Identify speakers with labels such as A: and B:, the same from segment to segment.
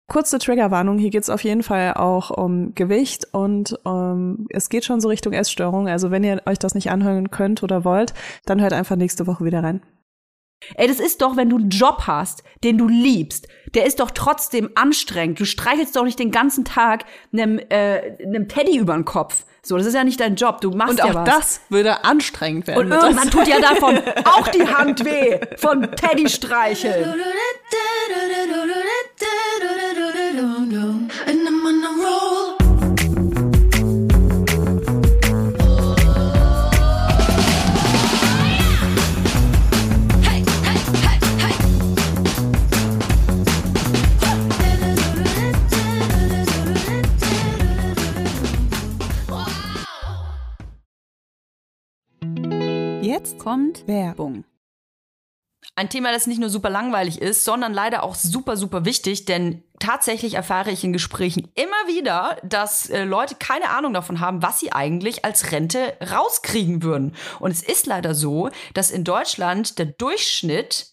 A: Kurze Triggerwarnung, hier geht's auf jeden Fall auch um Gewicht und es geht schon so Richtung Essstörung. Also wenn ihr euch das nicht anhören könnt oder wollt, dann hört einfach nächste Woche wieder rein.
B: Ey, das ist doch, wenn du einen Job hast, den du liebst, der ist doch trotzdem anstrengend. Du streichelst doch nicht den ganzen Tag einem Teddy über den Kopf. So, das ist ja nicht dein Job, du machst ja was.
A: Und auch das würde anstrengend werden.
B: Und irgendwann tut ja davon auch die Hand weh, von Teddy streicheln.
A: Jetzt
B: kommt
A: Werbung.
B: Ein Thema, das nicht nur super langweilig ist, sondern leider auch super, super wichtig, denn tatsächlich erfahre ich in Gesprächen immer wieder, dass Leute keine Ahnung davon haben, was sie eigentlich als Rente rauskriegen würden. Und es ist leider so, dass in Deutschland der Durchschnitt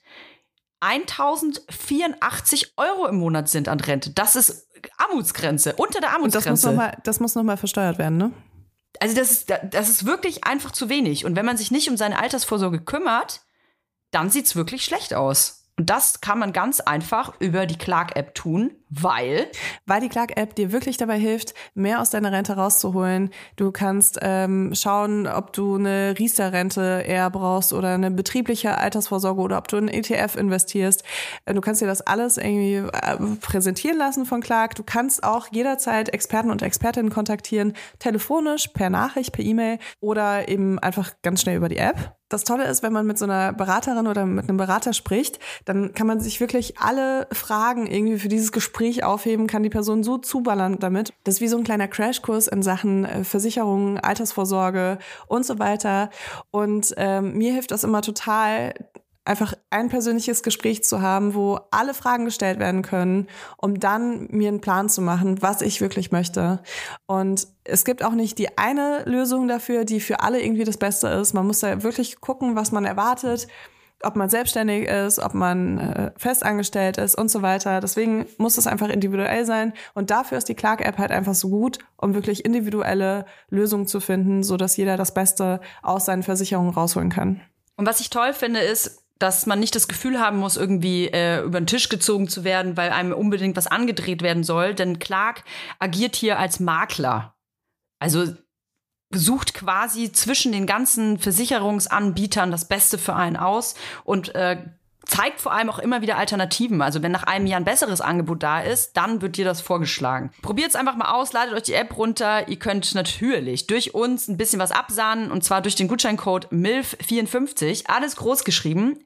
B: 1.084 € im Monat sind an Rente. Das ist Armutsgrenze, unter der Armutsgrenze.
A: Und das muss noch mal versteuert werden, ne?
B: Also das ist wirklich einfach zu wenig. Und wenn man sich nicht um seine Altersvorsorge kümmert, dann sieht's wirklich schlecht aus. Und das kann man ganz einfach über die Clark-App tun, weil
A: die Clark-App dir wirklich dabei hilft, mehr aus deiner Rente rauszuholen. Du kannst schauen, ob du eine Riester-Rente eher brauchst oder eine betriebliche Altersvorsorge oder ob du in ETF investierst. Du kannst dir das alles irgendwie präsentieren lassen von Clark. Du kannst auch jederzeit Experten und Expertinnen kontaktieren, telefonisch, per Nachricht, per E-Mail oder eben einfach ganz schnell über die App. Das Tolle ist, wenn man mit so einer Beraterin oder mit einem Berater spricht, dann kann man sich wirklich alle Fragen irgendwie für dieses Gespräch aufheben, kann die Person so zuballern damit. Das ist wie so ein kleiner Crashkurs in Sachen Versicherungen, Altersvorsorge und so weiter. Und mir hilft das immer total, einfach ein persönliches Gespräch zu haben, wo alle Fragen gestellt werden können, um dann mir einen Plan zu machen, was ich wirklich möchte. Und es gibt auch nicht die eine Lösung dafür, die für alle irgendwie das Beste ist. Man muss da wirklich gucken, was man erwartet, ob man selbstständig ist, ob man festangestellt ist und so weiter. Deswegen muss es einfach individuell sein. Und dafür ist die Clark-App halt einfach so gut, um wirklich individuelle Lösungen zu finden, sodass jeder das Beste aus seinen Versicherungen rausholen kann.
B: Und was ich toll finde, ist, dass man nicht das Gefühl haben muss, irgendwie über den Tisch gezogen zu werden, weil einem unbedingt was angedreht werden soll. Denn Clark agiert hier als Makler. Also sucht quasi zwischen den ganzen Versicherungsanbietern das Beste für einen aus und zeigt vor allem auch immer wieder Alternativen. Also wenn nach einem Jahr ein besseres Angebot da ist, dann wird dir das vorgeschlagen. Probiert es einfach mal aus, ladet euch die App runter. Ihr könnt natürlich durch uns ein bisschen was absahnen und zwar durch den Gutscheincode MILF54. Alles groß geschrieben.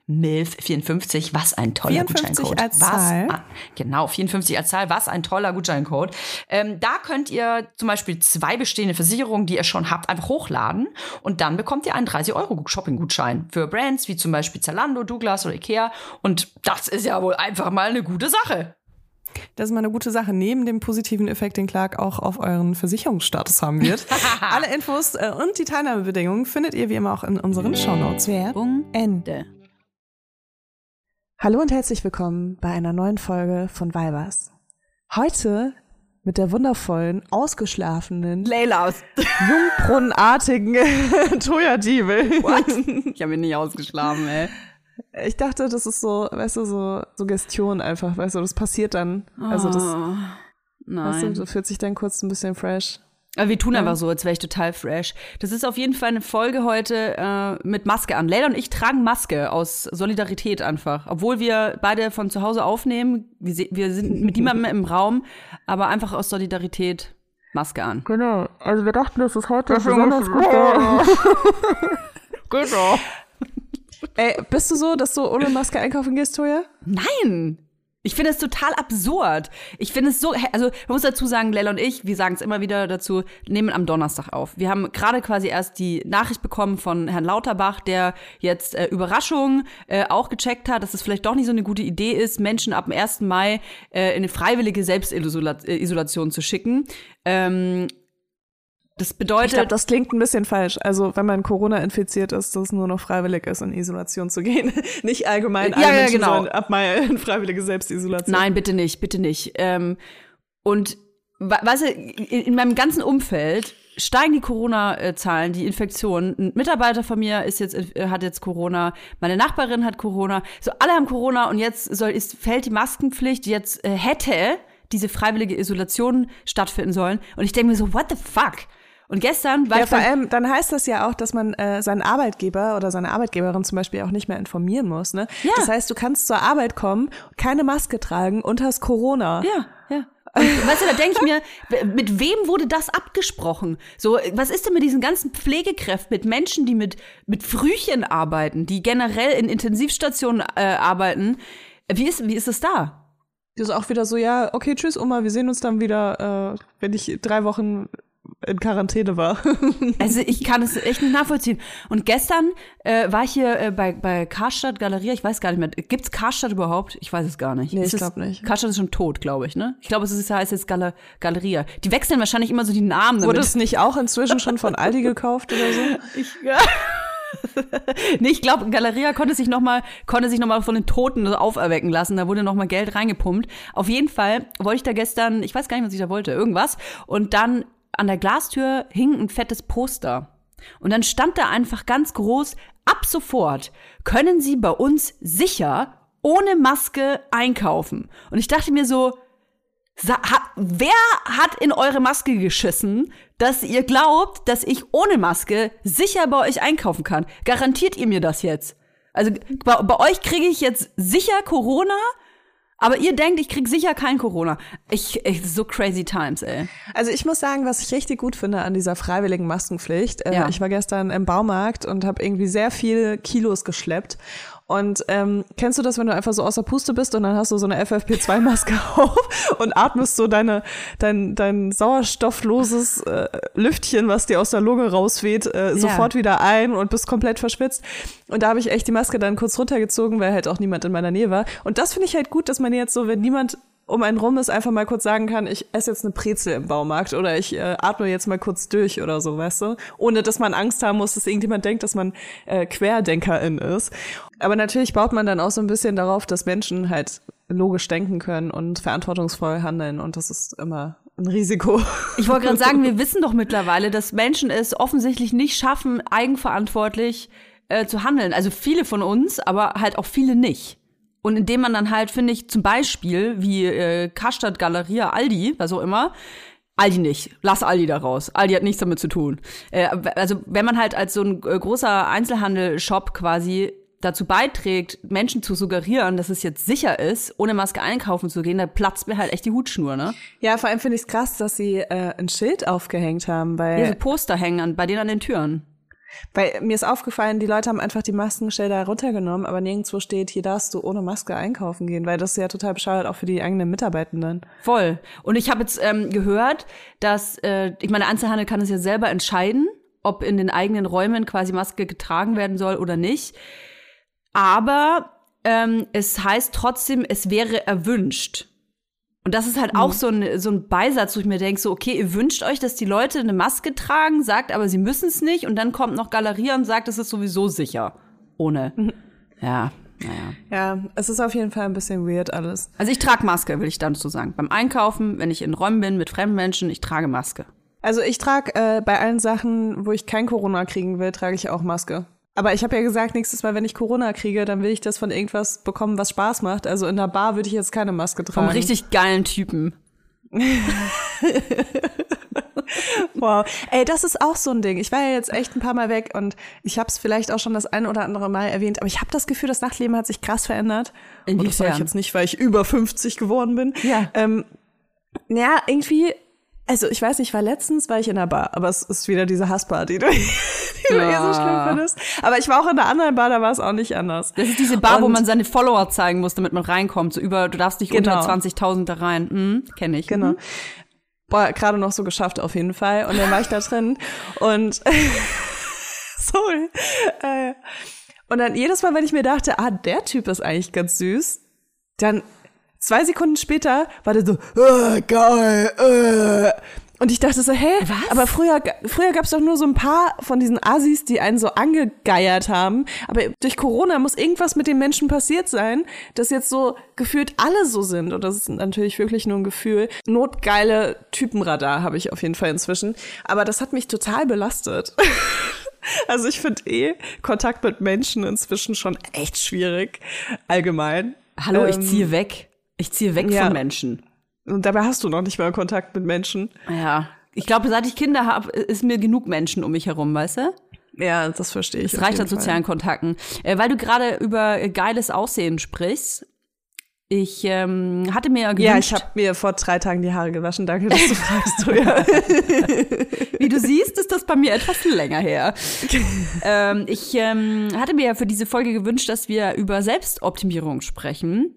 B: MILF54, was ein toller
A: 54
B: Gutscheincode.
A: Als Zahl.
B: Genau, 54 als Zahl, was ein toller Gutscheincode. Da könnt ihr zum Beispiel 2 bestehende Versicherungen, die ihr schon habt, einfach hochladen und dann bekommt ihr einen 30 € Shopping-Gutschein für Brands wie zum Beispiel Zalando, Douglas oder Ikea. Und das ist ja wohl einfach mal eine gute Sache.
A: Das ist mal eine gute Sache, neben dem positiven Effekt, den Clark auch auf euren Versicherungsstatus haben wird. Alle Infos und die Teilnahmebedingungen findet ihr wie immer auch in unseren Shownotes. Werbung Ende. Hallo und herzlich willkommen bei einer neuen Folge von Weibers. Heute mit der wundervollen, ausgeschlafenen,
B: Leila
A: jungbrunnenartigen Toya Diebel.
B: What? Ich habe mich nicht ausgeschlafen, ey.
A: Ich dachte, das ist so, weißt du, so Suggestion einfach, weißt du, das passiert dann. Also das,
B: nein.
A: Weißt du, so fühlt sich dann kurz ein bisschen fresh.
B: Aber wir tun einfach so, als wäre ich total fresh. Das ist auf jeden Fall eine Folge heute mit Maske an. Leila und ich tragen Maske aus Solidarität einfach. Obwohl wir beide von zu Hause aufnehmen, wir sind mit niemandem im Raum, aber einfach aus Solidarität Maske an.
A: Genau, also wir dachten, das ist heute besonders gut.
B: Genau.
A: Ey, bist du so, dass du ohne Maske einkaufen gehst, Toya?
B: Nein! Ich finde es total absurd. Ich finde es so, also man muss dazu sagen, Leila und ich, wir sagen es immer wieder dazu, nehmen am Donnerstag auf. Wir haben gerade quasi erst die Nachricht bekommen von Herrn Lauterbach, der jetzt Überraschung auch gecheckt hat, dass es vielleicht doch nicht so eine gute Idee ist, Menschen ab dem 1. Mai in eine freiwillige Selbstisolation zu schicken. Das bedeutet.
A: Ich glaube, das klingt ein bisschen falsch. Also, wenn man Corona infiziert ist, dass es nur noch freiwillig ist, in Isolation zu gehen. Nicht allgemein alle Menschen sollen abmeilen, freiwillige Selbstisolation.
B: Nein, bitte nicht, bitte nicht. Und weißt du, in meinem ganzen Umfeld steigen die Corona-Zahlen, die Infektionen. Ein Mitarbeiter von mir hat jetzt Corona, meine Nachbarin hat Corona. So, alle haben Corona und jetzt fällt die Maskenpflicht. Jetzt hätte diese freiwillige Isolation stattfinden sollen. Und ich denke mir so, what the fuck? Und gestern war
A: vor allem, dann heißt das ja auch, dass man seinen Arbeitgeber oder seine Arbeitgeberin zum Beispiel auch nicht mehr informieren muss, ne? Ja. Das heißt, du kannst zur Arbeit kommen, keine Maske tragen und hast Corona.
B: Ja. Und, weißt du, da denke ich mir, mit wem wurde das abgesprochen? So, was ist denn mit diesen ganzen Pflegekräften, mit Menschen, die mit Frühchen arbeiten, die generell in Intensivstationen arbeiten? Wie ist es da?
A: Das ist auch wieder so, ja, okay, tschüss Oma, wir sehen uns dann wieder, wenn ich 3 Wochen in Quarantäne war.
B: Also ich kann es echt nicht nachvollziehen. Und gestern war ich hier bei Karstadt Galeria, ich weiß gar nicht mehr, gibt's Karstadt überhaupt? Ich weiß es gar nicht.
A: Nee, ich glaube nicht.
B: Karstadt ist schon tot, glaube ich, ne? Ich glaube, heißt jetzt Galeria. Die wechseln wahrscheinlich immer so die Namen.
A: Wurde es nicht auch inzwischen schon von Aldi gekauft oder so?
B: Nee, ich glaube, Galeria konnte sich noch mal von den Toten auferwecken lassen. Da wurde noch mal Geld reingepumpt. Auf jeden Fall wollte ich da gestern, ich weiß gar nicht, was ich da wollte, irgendwas. Und dann an der Glastür hing ein fettes Poster. Und dann stand da einfach ganz groß, ab sofort können Sie bei uns sicher ohne Maske einkaufen. Und ich dachte mir so, wer hat in eure Maske geschissen, dass ihr glaubt, dass ich ohne Maske sicher bei euch einkaufen kann? Garantiert ihr mir das jetzt? Also bei euch kriege ich jetzt sicher Corona, aber ihr denkt, ich krieg sicher kein Corona. So crazy times, ey.
A: Also ich muss sagen, was ich richtig gut finde an dieser freiwilligen Maskenpflicht. Ich war gestern im Baumarkt und habe irgendwie sehr viel Kilos geschleppt. Und kennst du das, wenn du einfach so außer Puste bist und dann hast du so eine FFP2-Maske auf und atmest so dein sauerstoffloses Lüftchen, was dir aus der Lunge rausweht, sofort wieder ein und bist komplett verschwitzt. Und da habe ich echt die Maske dann kurz runtergezogen, weil halt auch niemand in meiner Nähe war. Und das finde ich halt gut, dass man jetzt so, wenn niemand um einen rum ist, einfach mal kurz sagen kann, ich esse jetzt eine Brezel im Baumarkt oder ich atme jetzt mal kurz durch oder so, weißt du? Ohne, dass man Angst haben muss, dass irgendjemand denkt, dass man Querdenkerin ist. Aber natürlich baut man dann auch so ein bisschen darauf, dass Menschen halt logisch denken können und verantwortungsvoll handeln und das ist immer ein Risiko.
B: Ich wollte gerade sagen, wir wissen doch mittlerweile, dass Menschen es offensichtlich nicht schaffen, eigenverantwortlich zu handeln. Also viele von uns, aber halt auch viele nicht. Und indem man dann halt, finde ich, zum Beispiel wie Karstadt, Galeria, Aldi, was auch immer, Aldi nicht, lass Aldi da raus. Aldi hat nichts damit zu tun. Also wenn man halt als so ein großer Einzelhandel-Shop quasi dazu beiträgt, Menschen zu suggerieren, dass es jetzt sicher ist, ohne Maske einkaufen zu gehen, da platzt mir halt echt die Hutschnur, ne?
A: Ja, vor allem finde ich es krass, dass sie ein Schild aufgehängt haben, weil
B: diese Poster hängen bei denen an den Türen.
A: Weil mir ist aufgefallen, die Leute haben einfach die Maskenschilder runtergenommen, aber nirgendwo steht, hier darfst du ohne Maske einkaufen gehen, weil das ist ja total bescheuert, auch für die eigenen Mitarbeitenden.
B: Voll. Und ich habe jetzt gehört, dass, ich meine, der Einzelhandel kann es ja selber entscheiden, ob in den eigenen Räumen quasi Maske getragen werden soll oder nicht. Aber es heißt trotzdem, es wäre erwünscht. Und das ist halt auch so ein Beisatz, wo ich mir denke, so, okay, ihr wünscht euch, dass die Leute eine Maske tragen, sagt aber, sie müssen es nicht. Und dann kommt noch Galeria und sagt, es ist sowieso sicher. Ohne. Ja, naja.
A: Ja, es ist auf jeden Fall ein bisschen weird alles.
B: Also ich trage Maske, will ich dazu sagen. Beim Einkaufen, wenn ich in Räumen bin mit fremden Menschen, ich trage Maske.
A: Also ich trage bei allen Sachen, wo ich kein Corona kriegen will, trage ich auch Maske. Aber ich habe ja gesagt, nächstes Mal, wenn ich Corona kriege, dann will ich das von irgendwas bekommen, was Spaß macht. Also in der Bar würde ich jetzt keine Maske tragen.
B: Vom richtig geilen Typen.
A: Wow. Ey, das ist auch so ein Ding. Ich war ja jetzt echt ein paar Mal weg und ich habe es vielleicht auch schon das ein oder andere Mal erwähnt, aber ich habe das Gefühl, das Nachtleben hat sich krass verändert.
B: Inwiefern?
A: Und das sage ich jetzt nicht, weil ich über 50 geworden bin.
B: Ja.
A: Ja, irgendwie, also ich weiß nicht, war ich in der Bar, aber es ist wieder diese Hassbar, die du eh so schlimm findest. Aber ich war auch in einer anderen Bar, da war es auch nicht anders.
B: Das ist diese Bar, wo man seine Follower zeigen muss, damit man reinkommt. So du darfst nicht unter 20.000 da rein. Kenn ich.
A: Genau. Boah, gerade noch so geschafft auf jeden Fall. Und dann war ich da drin und sorry. Und dann jedes Mal, wenn ich mir dachte, der Typ ist eigentlich ganz süß, dann 2 Sekunden später war der so, geil, Und ich dachte so, hä?
B: Was?
A: Aber früher gab es doch nur so ein paar von diesen Assis, die einen so angegeiert haben. Aber durch Corona muss irgendwas mit den Menschen passiert sein, dass jetzt so gefühlt alle so sind. Und das ist natürlich wirklich nur ein Gefühl. Notgeile Typenradar habe ich auf jeden Fall inzwischen. Aber das hat mich total belastet. Also ich finde Kontakt mit Menschen inzwischen schon echt schwierig. Allgemein.
B: Hallo, ich ziehe weg. Ich ziehe weg von Menschen.
A: Und dabei hast du noch nicht mal Kontakt mit Menschen.
B: Ja, ich glaube, seit ich Kinder habe, ist mir genug Menschen um mich herum, weißt du?
A: Ja, das verstehe ich.
B: Es reicht an sozialen Kontakten. Weil du gerade über geiles Aussehen sprichst. Ich hatte mir ja gewünscht...
A: Ja, ich habe mir vor 3 Tagen die Haare gewaschen. Danke, dass du fragst. Ja.
B: Wie du siehst, ist das bei mir etwas länger her. Ich hatte mir ja für diese Folge gewünscht, dass wir über Selbstoptimierung sprechen.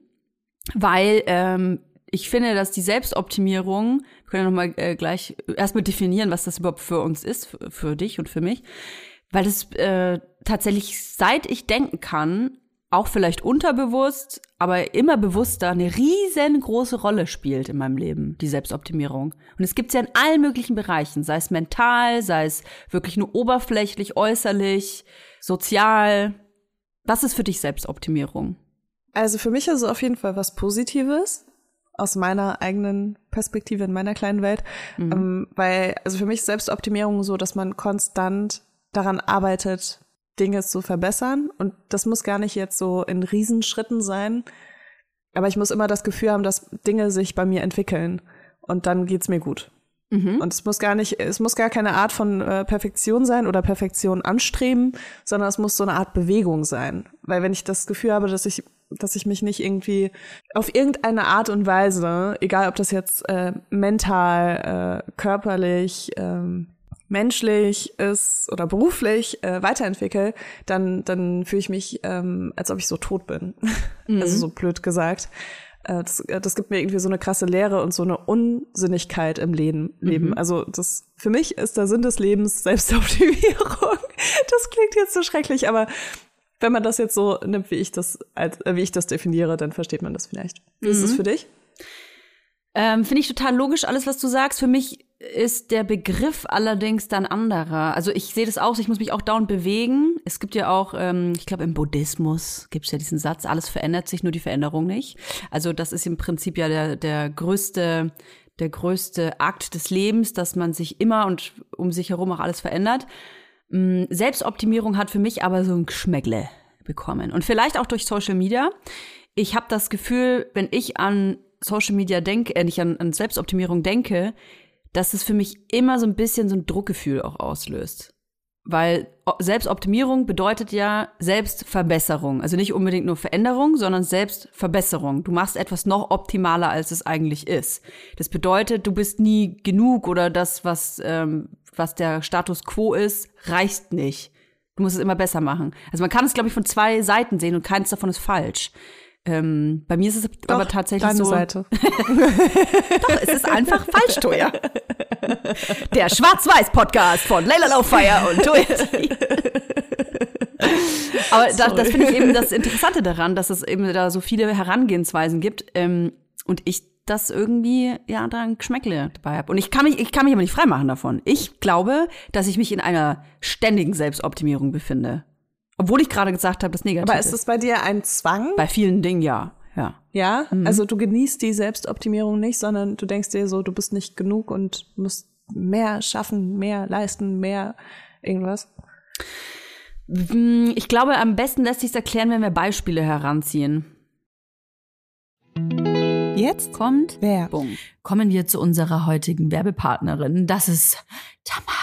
B: Weil ich finde, dass die Selbstoptimierung, wir können ja nochmal gleich erstmal definieren, was das überhaupt für uns ist, für dich und für mich, weil das tatsächlich, seit ich denken kann, auch vielleicht unterbewusst, aber immer bewusster eine riesengroße Rolle spielt in meinem Leben, die Selbstoptimierung. Und es gibt's ja in allen möglichen Bereichen, sei es mental, sei es wirklich nur oberflächlich, äußerlich, sozial. Was ist für dich Selbstoptimierung?
A: Also für mich ist es auf jeden Fall was Positives. Aus meiner eigenen Perspektive in meiner kleinen Welt. Weil, also für mich ist Selbstoptimierung so, dass man konstant daran arbeitet, Dinge zu verbessern. Und das muss gar nicht jetzt so in Riesenschritten sein. Aber ich muss immer das Gefühl haben, dass Dinge sich bei mir entwickeln. Und dann geht's mir gut. Und es muss gar keine Art von Perfektion sein oder Perfektion anstreben, sondern es muss so eine Art Bewegung sein. Weil wenn ich das Gefühl habe, dass ich mich nicht irgendwie auf irgendeine Art und Weise, egal ob das jetzt mental, körperlich, menschlich ist oder beruflich weiterentwickle, dann fühle ich mich, als ob ich so tot bin. Also so blöd gesagt. Das gibt mir irgendwie so eine krasse Leere und so eine Unsinnigkeit im Leben. Also für mich ist der Sinn des Lebens Selbstoptimierung. Das klingt jetzt so schrecklich, aber wenn man das jetzt so nimmt, wie ich das definiere, dann versteht man das vielleicht. Wie ist es für dich?
B: Finde ich total logisch, alles, was du sagst. Für mich ist der Begriff allerdings dann anderer. Also ich sehe das auch, ich muss mich auch dauernd bewegen. Es gibt ja auch, ich glaube im Buddhismus gibt es ja diesen Satz, alles verändert sich, nur die Veränderung nicht. Also das ist im Prinzip ja der größte Akt des Lebens, dass man sich immer und um sich herum auch alles verändert. Selbstoptimierung hat für mich aber so ein Geschmäckle bekommen. Und vielleicht auch durch Social Media. Ich habe das Gefühl, wenn ich an Social Media denke, nicht an Selbstoptimierung denke, dass es für mich immer so ein bisschen so ein Druckgefühl auch auslöst. Weil Selbstoptimierung bedeutet ja Selbstverbesserung. Also nicht unbedingt nur Veränderung, sondern Selbstverbesserung. Du machst etwas noch optimaler, als es eigentlich ist. Das bedeutet, du bist nie genug oder das, was der Status quo ist, reicht nicht. Du musst es immer besser machen. Also man kann es, glaube ich, von 2 Seiten sehen und keins davon ist falsch. Bei mir ist es aber tatsächlich
A: deine
B: so.
A: Seite.
B: Doch, es ist einfach falsch, Toja. Der Schwarz-Weiß-Podcast von Leila Laufeyer und Toja. Aber das finde ich eben das Interessante daran, dass es eben da so viele Herangehensweisen gibt und ich das irgendwie ja da ein Geschmäckle dabei habe. Und ich kann mich aber nicht freimachen davon. Ich glaube, dass ich mich in einer ständigen Selbstoptimierung befinde. Obwohl ich gerade gesagt habe, das negativ ist.
A: Aber ist es bei dir ein Zwang?
B: Bei vielen Dingen ja.
A: Ja? Also du genießt die Selbstoptimierung nicht, sondern du denkst dir so, du bist nicht genug und musst mehr schaffen, mehr leisten, mehr irgendwas?
B: Ich glaube, am besten lässt sich's erklären, wenn wir Beispiele heranziehen.
A: Jetzt
B: kommt
A: Werbung.
B: Kommen wir zu unserer heutigen Werbepartnerin. Das ist Tamaris.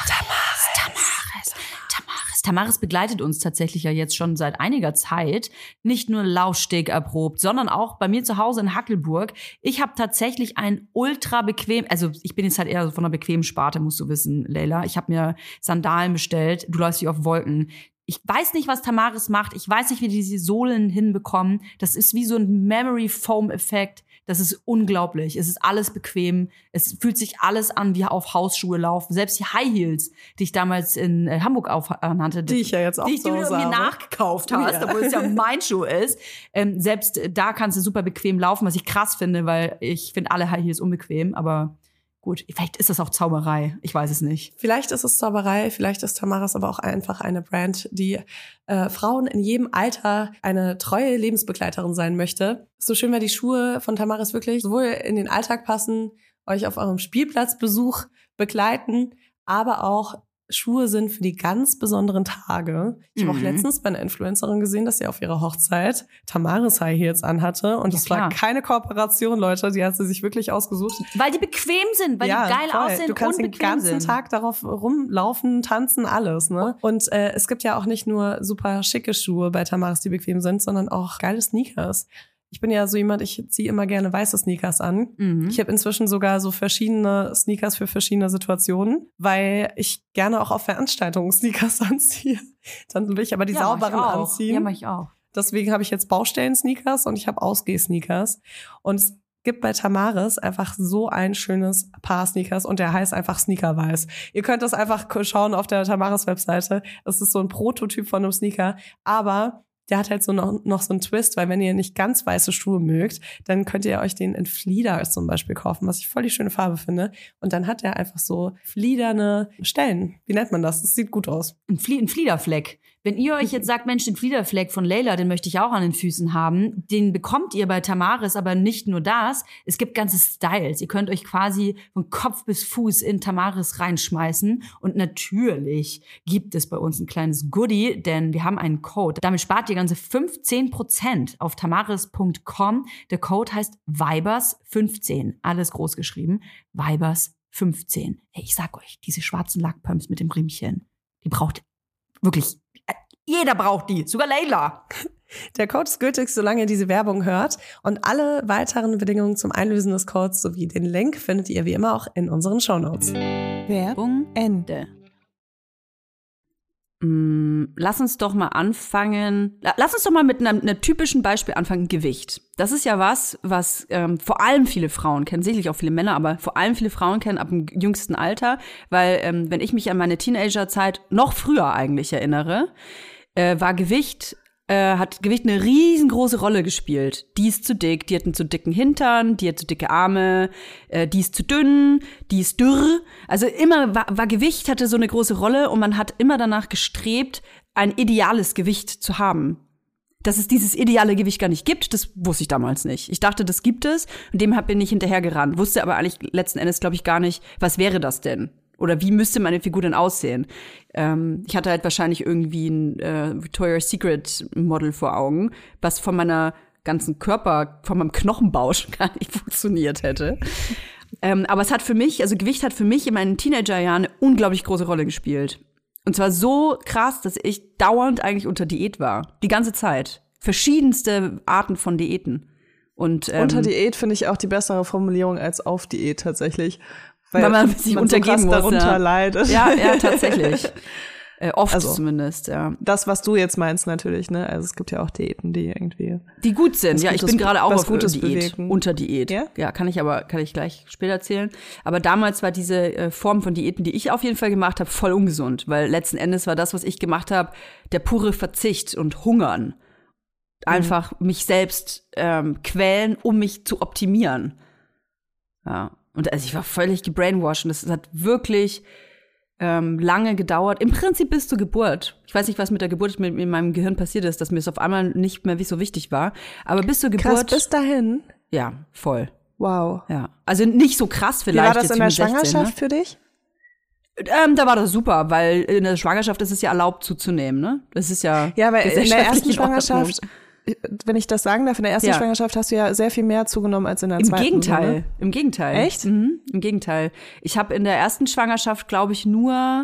B: Tamaris begleitet uns tatsächlich ja jetzt schon seit einiger Zeit. Nicht nur Laufsteg erprobt, sondern auch bei mir zu Hause in Hackelburg. Ich habe tatsächlich ein ultra bequem, also ich bin jetzt halt eher von einer bequemen Sparte, musst du wissen, Leila. Ich habe mir Sandalen bestellt. Du läufst wie auf Wolken. Ich weiß nicht, was Tamaris macht. Ich weiß nicht, wie die diese Sohlen hinbekommen. Das ist wie so ein Memory-Foam-Effekt. Das ist unglaublich. Es ist alles bequem. Es fühlt sich alles an wie auf Hausschuhe laufen. Selbst die High Heels, die ich damals in Hamburg anhatte.
A: Die ich ja jetzt auch
B: die du mir nachgekauft hast, obwohl es ja mein Schuh ist. Selbst da kannst du super bequem laufen, was ich krass finde, weil ich finde alle High Heels unbequem. Aber Gut, vielleicht ist das auch Zauberei. Ich weiß es nicht.
A: Vielleicht ist es Zauberei, vielleicht ist Tamaris aber auch einfach eine Brand, die Frauen in jedem Alter eine treue Lebensbegleiterin sein möchte. So schön, weil die Schuhe von Tamaris wirklich sowohl in den Alltag passen, euch auf eurem Spielplatzbesuch begleiten, aber auch Schuhe sind für die ganz besonderen Tage. Ich habe auch letztens bei einer Influencerin gesehen, dass sie auf ihrer Hochzeit Tamaris High Heels anhatte. Und das war keine Kooperation, Leute. Die hat sie sich wirklich ausgesucht.
B: Weil die bequem sind, weil die geil aussehen
A: du kannst
B: und bequem
A: den ganzen Tag darauf rumlaufen, tanzen, alles. Ne? Und es gibt ja auch nicht nur super schicke Schuhe bei Tamaris, die bequem sind, sondern auch geile Sneakers. Ich bin ja so jemand, ich ziehe immer gerne weiße Sneakers an. Ich habe inzwischen sogar so verschiedene Sneakers für verschiedene Situationen, weil ich gerne auch auf Veranstaltungen Sneakers anziehe. Dann will ich aber die sauberen anziehen.
B: Ja, mach ich auch.
A: Deswegen habe ich jetzt Baustellen-Sneakers und ich habe Ausgeh-Sneakers. Und es gibt bei Tamaris einfach so ein schönes Paar Sneakers und der heißt einfach Sneakerweiß. Ihr könnt das einfach schauen auf der Tamaris-Webseite. Es ist so ein Prototyp von einem Sneaker, aber der hat halt so noch so einen Twist, weil wenn ihr nicht ganz weiße Schuhe mögt, dann könnt ihr euch den in Flieder zum Beispiel kaufen, was ich voll die schöne Farbe finde. Und dann hat er einfach so fliederne Stellen. Wie nennt man das? Das sieht gut aus.
B: Ein Fliederfleck. Wenn ihr euch jetzt sagt, Mensch, den Fliederfleck von Layla, den möchte ich auch an den Füßen haben, den bekommt ihr bei Tamaris, aber nicht nur das. Es gibt ganze Styles. Ihr könnt euch quasi von Kopf bis Fuß in Tamaris reinschmeißen. Und natürlich gibt es bei uns ein kleines Goodie, denn wir haben einen Code. Damit spart ihr ganze 15% auf tamaris.com. Der Code heißt Vibers15. Alles groß geschrieben. Vibers15. Hey, ich sag euch, diese schwarzen Lackpumps mit dem Riemchen, die braucht wirklich, jeder braucht die, sogar Layla.
A: Der Code ist gültig, solange ihr diese Werbung hört. Und alle weiteren Bedingungen zum Einlösen des Codes sowie den Link findet ihr wie immer auch in unseren Shownotes.
B: Werbung Ende. Lass uns doch mal anfangen. Lass uns doch mal mit einem typischen Beispiel anfangen, Gewicht. Das ist ja was vor allem viele Frauen kennen, sicherlich auch viele Männer, aber vor allem viele Frauen kennen ab dem jüngsten Alter, weil wenn ich mich an meine Teenagerzeit noch früher eigentlich erinnere, hat Gewicht eine riesengroße Rolle gespielt. Die ist zu dick, die hat einen zu dicken Hintern, die hat zu dicke Arme, die ist zu dünn, die ist dürr. Also immer war Gewicht hatte so eine große Rolle und man hat immer danach gestrebt, ein ideales Gewicht zu haben. Dass es dieses ideale Gewicht gar nicht gibt, das wusste ich damals nicht. Ich dachte, das gibt es und dem bin ich hinterhergerannt. Wusste aber eigentlich letzten Endes, glaube ich, gar nicht, was wäre das denn? Oder wie müsste meine Figur denn aussehen? Ich hatte halt wahrscheinlich irgendwie ein Victoria's Secret Model vor Augen, was von meiner ganzen Körper, von meinem Knochenbau schon gar nicht funktioniert hätte. Aber es hat für mich, also Gewicht hat für mich in meinen Teenagerjahren eine unglaublich große Rolle gespielt. Und zwar so krass, dass ich dauernd eigentlich unter Diät war. Die ganze Zeit. Verschiedenste Arten von Diäten. Und
C: unter Diät finde ich auch die bessere Formulierung als auf Diät tatsächlich.
B: Weil man sich untergeben muss,
C: darunter leidet.
B: Ja, tatsächlich. Oft also, zumindest, ja.
C: Das, was du jetzt meinst, natürlich, ne? Also es gibt ja auch Diäten, die irgendwie
B: die gut sind. Ja, ich bin gerade auch auf
C: Diät,
B: bewegen. Unter Diät. Ja, kann ich gleich später erzählen. Aber damals war diese Form von Diäten, die ich auf jeden Fall gemacht habe, voll ungesund. Weil letzten Endes war das, was ich gemacht habe, der pure Verzicht und Hungern. Einfach mich selbst quälen, um mich zu optimieren. Ja. Und also ich war völlig gebrainwashed und das hat wirklich lange gedauert. Im Prinzip bis zur Geburt. Ich weiß nicht, was mit der Geburt in meinem Gehirn passiert ist, dass mir es auf einmal nicht mehr so wichtig war. Aber bis zur Geburt.
C: Krass, bis dahin?
B: Ja, voll.
C: Wow.
B: Ja. Also nicht so krass vielleicht.
C: Wie war das in der Schwangerschaft für dich?
B: Da war das super, weil in der Schwangerschaft ist es ja erlaubt zuzunehmen, ne? Das ist ja.
C: Ja, weil in der ersten Schwangerschaft, wenn ich das sagen darf, in der ersten Schwangerschaft hast du ja sehr viel mehr zugenommen als in der zweiten.
B: Im Gegenteil.
C: Echt?
B: Mhm, im Gegenteil. Ich habe in der ersten Schwangerschaft, glaube ich, nur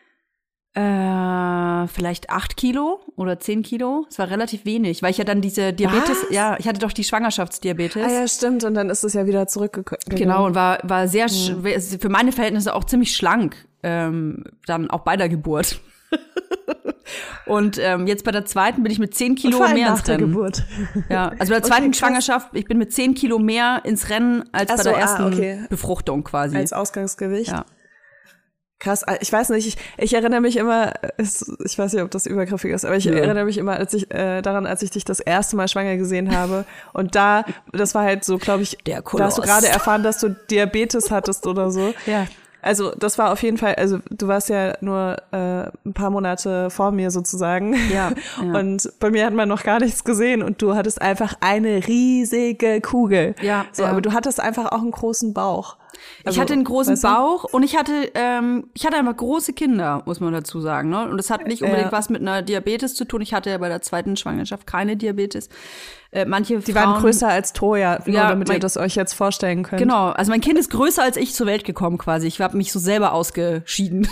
B: vielleicht 8 Kilo oder 10 Kilo. Es war relativ wenig, weil ich ja dann diese Diabetes, ich hatte doch die Schwangerschaftsdiabetes.
C: Ah ja, stimmt. Und dann ist es ja wieder zurückgekommen.
B: Genau, und war sehr, für meine Verhältnisse auch ziemlich schlank, dann auch bei der Geburt. Und jetzt bei der zweiten bin ich mit 10 Kilo mehr ins Rennen.
C: Geburt.
B: Ja, also bei der zweiten Schwangerschaft, ich bin mit 10 Kilo mehr ins Rennen als bei der ersten Befruchtung quasi.
C: Als Ausgangsgewicht?
B: Ja.
C: Krass, ich weiß nicht, ich erinnere mich immer, ich weiß nicht, ob das übergriffig ist, aber ich erinnere mich immer als ich dich das erste Mal schwanger gesehen habe und das war halt so, glaube ich, da hast du gerade erfahren, dass du Diabetes hattest oder so.
B: Ja.
C: Also das war auf jeden Fall, also du warst ja nur ein paar Monate vor mir sozusagen.
B: Ja.
C: Und bei mir hat man noch gar nichts gesehen und du hattest einfach eine riesige Kugel.
B: Ja.
C: So, aber du hattest einfach auch einen großen Bauch.
B: Also, ich hatte einen großen Bauch und ich hatte einfach große Kinder, muss man dazu sagen. Ne? Und das hat nicht unbedingt was mit einer Diabetes zu tun. Ich hatte ja bei der zweiten Schwangerschaft keine Diabetes. Die
C: waren größer als Troja, nur damit ihr das euch jetzt vorstellen könnt.
B: Genau, also mein Kind ist größer als ich zur Welt gekommen quasi. Ich habe mich so selber ausgeschieden.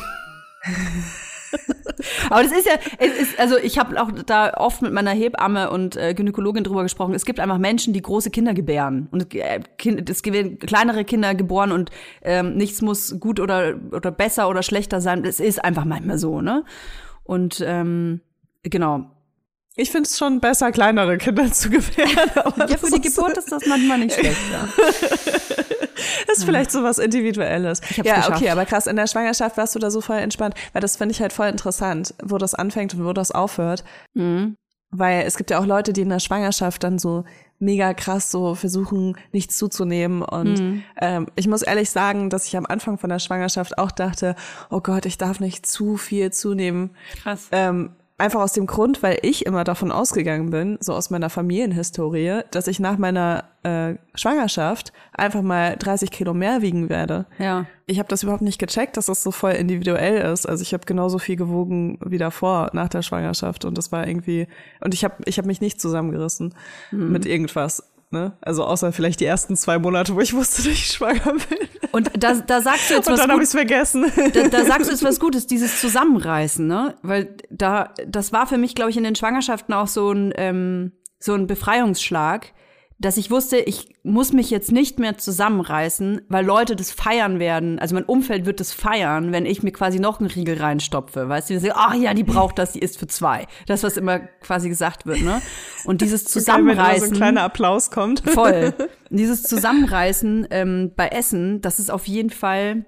B: Aber das ist ja, also ich habe auch da oft mit meiner Hebamme und Gynäkologin drüber gesprochen. Es gibt einfach Menschen, die große Kinder gebären. Und es werden kleinere Kinder geboren und nichts muss gut oder besser oder schlechter sein. Es ist einfach manchmal so, ne? Und genau.
C: Ich finde es schon besser, kleinere Kinder zu gebären.
B: Ja, für die Geburt ist das manchmal nicht schlecht, ja.
C: Das ist vielleicht so was Individuelles.
B: Ich hab's geschafft.
C: Okay, aber krass, in der Schwangerschaft warst du da so voll entspannt, weil das finde ich halt voll interessant, wo das anfängt und wo das aufhört.
B: Mhm.
C: Weil es gibt ja auch Leute, die in der Schwangerschaft dann so mega krass so versuchen, nichts zuzunehmen. Und ich muss ehrlich sagen, dass ich am Anfang von der Schwangerschaft auch dachte, oh Gott, ich darf nicht zu viel zunehmen.
B: Krass.
C: Einfach aus dem Grund, weil ich immer davon ausgegangen bin, so aus meiner Familienhistorie, dass ich nach meiner Schwangerschaft einfach mal 30 Kilo mehr wiegen werde.
B: Ja.
C: Ich habe das überhaupt nicht gecheckt, dass das so voll individuell ist. Also ich habe genauso viel gewogen wie davor, nach der Schwangerschaft. Und das war irgendwie, und ich hab mich nicht zusammengerissen mit irgendwas. Ne? Also außer vielleicht die ersten 2 Monate, wo ich wusste, dass ich schwanger bin.
B: Und da sagst du jetzt was.
C: Und dann habe ich es vergessen.
B: Da sagst du jetzt was Gutes, dieses Zusammenreißen, ne? Weil das war für mich, glaube ich, in den Schwangerschaften auch so ein Befreiungsschlag, dass ich wusste, ich muss mich jetzt nicht mehr zusammenreißen, weil Leute das feiern werden. Also mein Umfeld wird das feiern, wenn ich mir quasi noch einen Riegel reinstopfe. Weißt du, die sagen, ach ja, die braucht das, die isst für 2. Das, was immer quasi gesagt wird, ne? Und dieses Zusammenreißen.
C: Wenn so ein kleiner Applaus kommt.
B: Voll. Dieses Zusammenreißen bei Essen, das ist auf jeden Fall,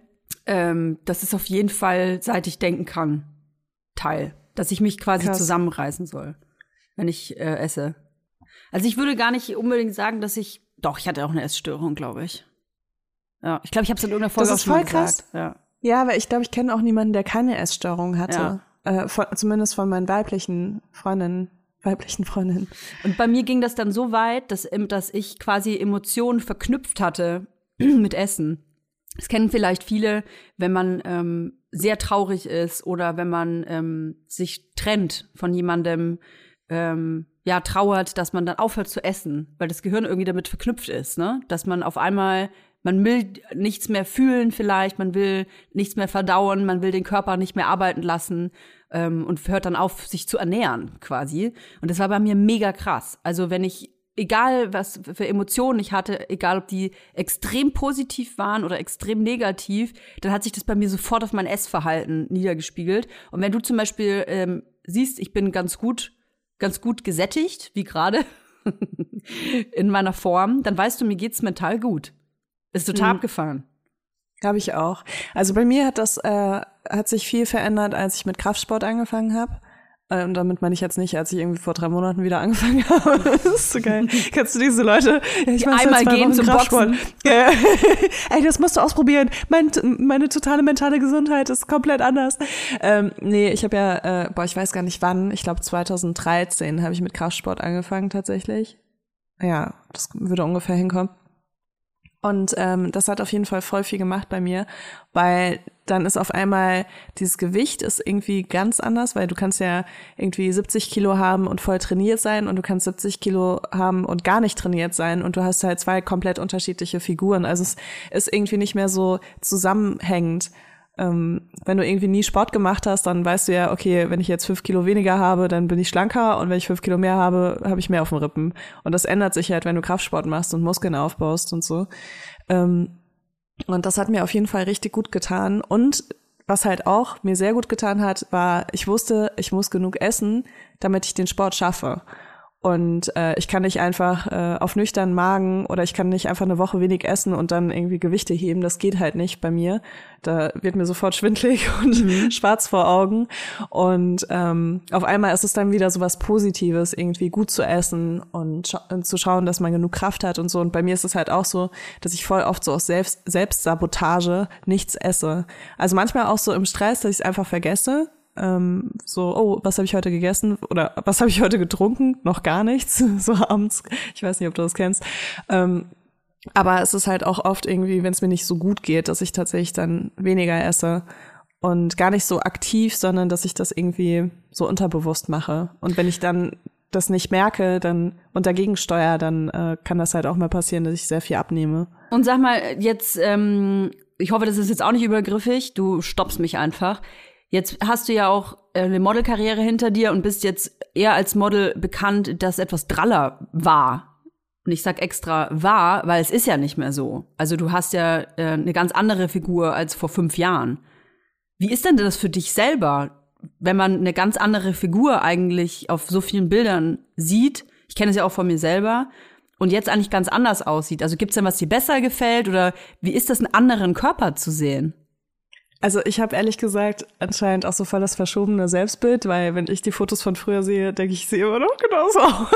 B: seit ich denken kann, Teil. Dass ich mich quasi zusammenreißen soll, wenn ich esse. Also ich würde gar nicht unbedingt sagen, dass ich hatte auch eine Essstörung, glaube ich. Ja, ich glaube, ich habe es in irgendeiner Folge auch schon mal gesagt.
C: Ja, aber ich glaube, ich kenne auch niemanden, der keine Essstörung hatte. Ja. Zumindest von meinen weiblichen Freundinnen.
B: Und bei mir ging das dann so weit, dass ich quasi Emotionen verknüpft hatte mit Essen. Das kennen vielleicht viele, wenn man sehr traurig ist oder wenn man sich trennt von jemandem, trauert, dass man dann aufhört zu essen, weil das Gehirn irgendwie damit verknüpft ist, ne? Dass man auf einmal, man will nichts mehr fühlen vielleicht, man will nichts mehr verdauen, man will den Körper nicht mehr arbeiten lassen und hört dann auf, sich zu ernähren quasi. Und das war bei mir mega krass. Also wenn ich, egal was für Emotionen ich hatte, egal ob die extrem positiv waren oder extrem negativ, dann hat sich das bei mir sofort auf mein Essverhalten niedergespiegelt. Und wenn du zum Beispiel siehst, ich bin ganz gut gesättigt, wie gerade in meiner Form, dann weißt du, mir geht's mental gut. Ist total abgefahren.
C: Habe ich auch. Also bei mir hat sich viel verändert, als ich mit Kraftsport angefangen habe. Und damit meine ich jetzt nicht, als ich irgendwie vor 3 Monaten wieder angefangen habe. Das ist so geil. Kennst du diese Leute? Ja, ich
B: einmal gehen zum Boxen.
C: Ey, das musst du ausprobieren. Meine totale mentale Gesundheit ist komplett anders. Ich habe ja, ich weiß gar nicht wann, ich glaube 2013 habe ich mit Kraftsport angefangen tatsächlich. Ja, das würde ungefähr hinkommen. Und das hat auf jeden Fall voll viel gemacht bei mir, weil dann ist auf einmal, dieses Gewicht ist irgendwie ganz anders, weil du kannst ja irgendwie 70 Kilo haben und voll trainiert sein und du kannst 70 Kilo haben und gar nicht trainiert sein und du hast halt 2 komplett unterschiedliche Figuren. Also es ist irgendwie nicht mehr so zusammenhängend. Wenn du irgendwie nie Sport gemacht hast, dann weißt du ja, okay, wenn ich jetzt 5 Kilo weniger habe, dann bin ich schlanker und wenn ich 5 Kilo mehr habe, habe ich mehr auf den Rippen. Und das ändert sich halt, wenn du Kraftsport machst und Muskeln aufbaust und so. Und das hat mir auf jeden Fall richtig gut getan. Und was halt auch mir sehr gut getan hat, war, ich wusste, ich muss genug essen, damit ich den Sport schaffe. Und ich kann nicht einfach auf nüchternen Magen oder ich kann nicht einfach eine Woche wenig essen und dann irgendwie Gewichte heben. Das geht halt nicht bei mir. Da wird mir sofort schwindelig und schwarz vor Augen. Und auf einmal ist es dann wieder so was Positives, irgendwie gut zu essen und zu schauen, dass man genug Kraft hat und so. Und bei mir ist es halt auch so, dass ich voll oft so aus Selbstsabotage nichts esse. Also manchmal auch so im Stress, dass ich es einfach vergesse. So, oh, was habe ich heute gegessen oder was habe ich heute getrunken? Noch gar nichts, so abends. Ich weiß nicht, ob du das kennst. Aber es ist halt auch oft irgendwie, wenn es mir nicht so gut geht, dass ich tatsächlich dann weniger esse und gar nicht so aktiv, sondern dass ich das irgendwie so unterbewusst mache. Und wenn ich dann das nicht merke dann und dagegen steuere, dann kann das halt auch mal passieren, dass ich sehr viel abnehme.
B: Und sag mal, jetzt, ich hoffe, das ist jetzt auch nicht übergriffig, du stoppst mich einfach. Jetzt hast du ja auch eine Modelkarriere hinter dir und bist jetzt eher als Model bekannt, das etwas draller war. Und ich sag extra war, weil es ist ja nicht mehr so. Also du hast ja eine ganz andere Figur als vor 5 Jahren. Wie ist denn das für dich selber, wenn man eine ganz andere Figur eigentlich auf so vielen Bildern sieht? Ich kenne es ja auch von mir selber. Und jetzt eigentlich ganz anders aussieht. Also gibt's denn was dir besser gefällt? Oder wie ist das, einen anderen Körper zu sehen?
C: Also ich habe ehrlich gesagt anscheinend auch so voll das verschobene Selbstbild, weil wenn ich die Fotos von früher sehe, denke ich sehe immer noch genauso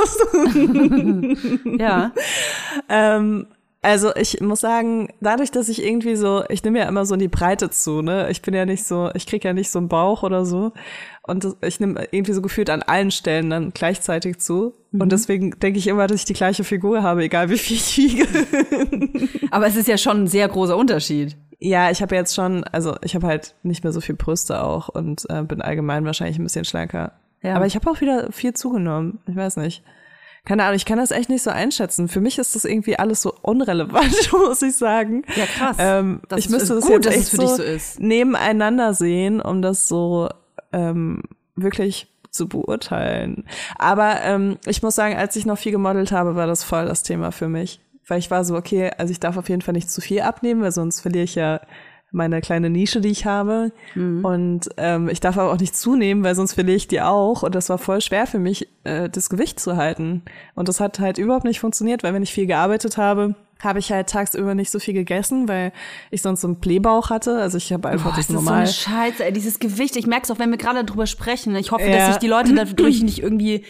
C: aus.
B: Ja.
C: Also ich muss sagen, dadurch, dass ich irgendwie so, ich nehme ja immer so in die Breite zu, ne? Ich bin ja nicht so, ich kriege ja nicht so einen Bauch oder so. Und ich nehme irgendwie so gefühlt an allen Stellen dann gleichzeitig zu. Und deswegen denke ich immer, dass ich die gleiche Figur habe, egal wie viel ich wiege.
B: Aber es ist ja schon ein sehr großer Unterschied.
C: Ja, ich habe jetzt schon, also ich habe halt nicht mehr so viel Brüste auch und bin allgemein wahrscheinlich ein bisschen schlanker. Ja. Aber ich habe auch wieder viel zugenommen. Ich weiß nicht. Keine Ahnung, ich kann das echt nicht so einschätzen. Für mich ist das irgendwie alles so unrelevant, muss ich sagen.
B: Ja, krass.
C: Ich müsste das
B: gut,
C: jetzt
B: dass
C: echt
B: es für dich so ist.
C: Nebeneinander sehen, um das so wirklich zu beurteilen. Aber ich muss sagen, als ich noch viel gemodelt habe, war das voll das Thema für mich. Weil ich war so, okay, also ich darf auf jeden Fall nicht zu viel abnehmen, weil sonst verliere ich ja meine kleine Nische, die ich habe. Und ich darf aber auch nicht zunehmen, weil sonst verliere ich die auch. Und das war voll schwer für mich, das Gewicht zu halten. Und das hat halt überhaupt nicht funktioniert, weil wenn ich viel gearbeitet habe, habe ich halt tagsüber nicht so viel gegessen, weil ich sonst so einen Blähbauch hatte. Also ich habe einfach das normal.
B: Das ist so eine Scheiße, ey, dieses Gewicht. Ich merke es auch, wenn wir gerade darüber sprechen. Ich hoffe, dass sich die Leute dadurch nicht irgendwie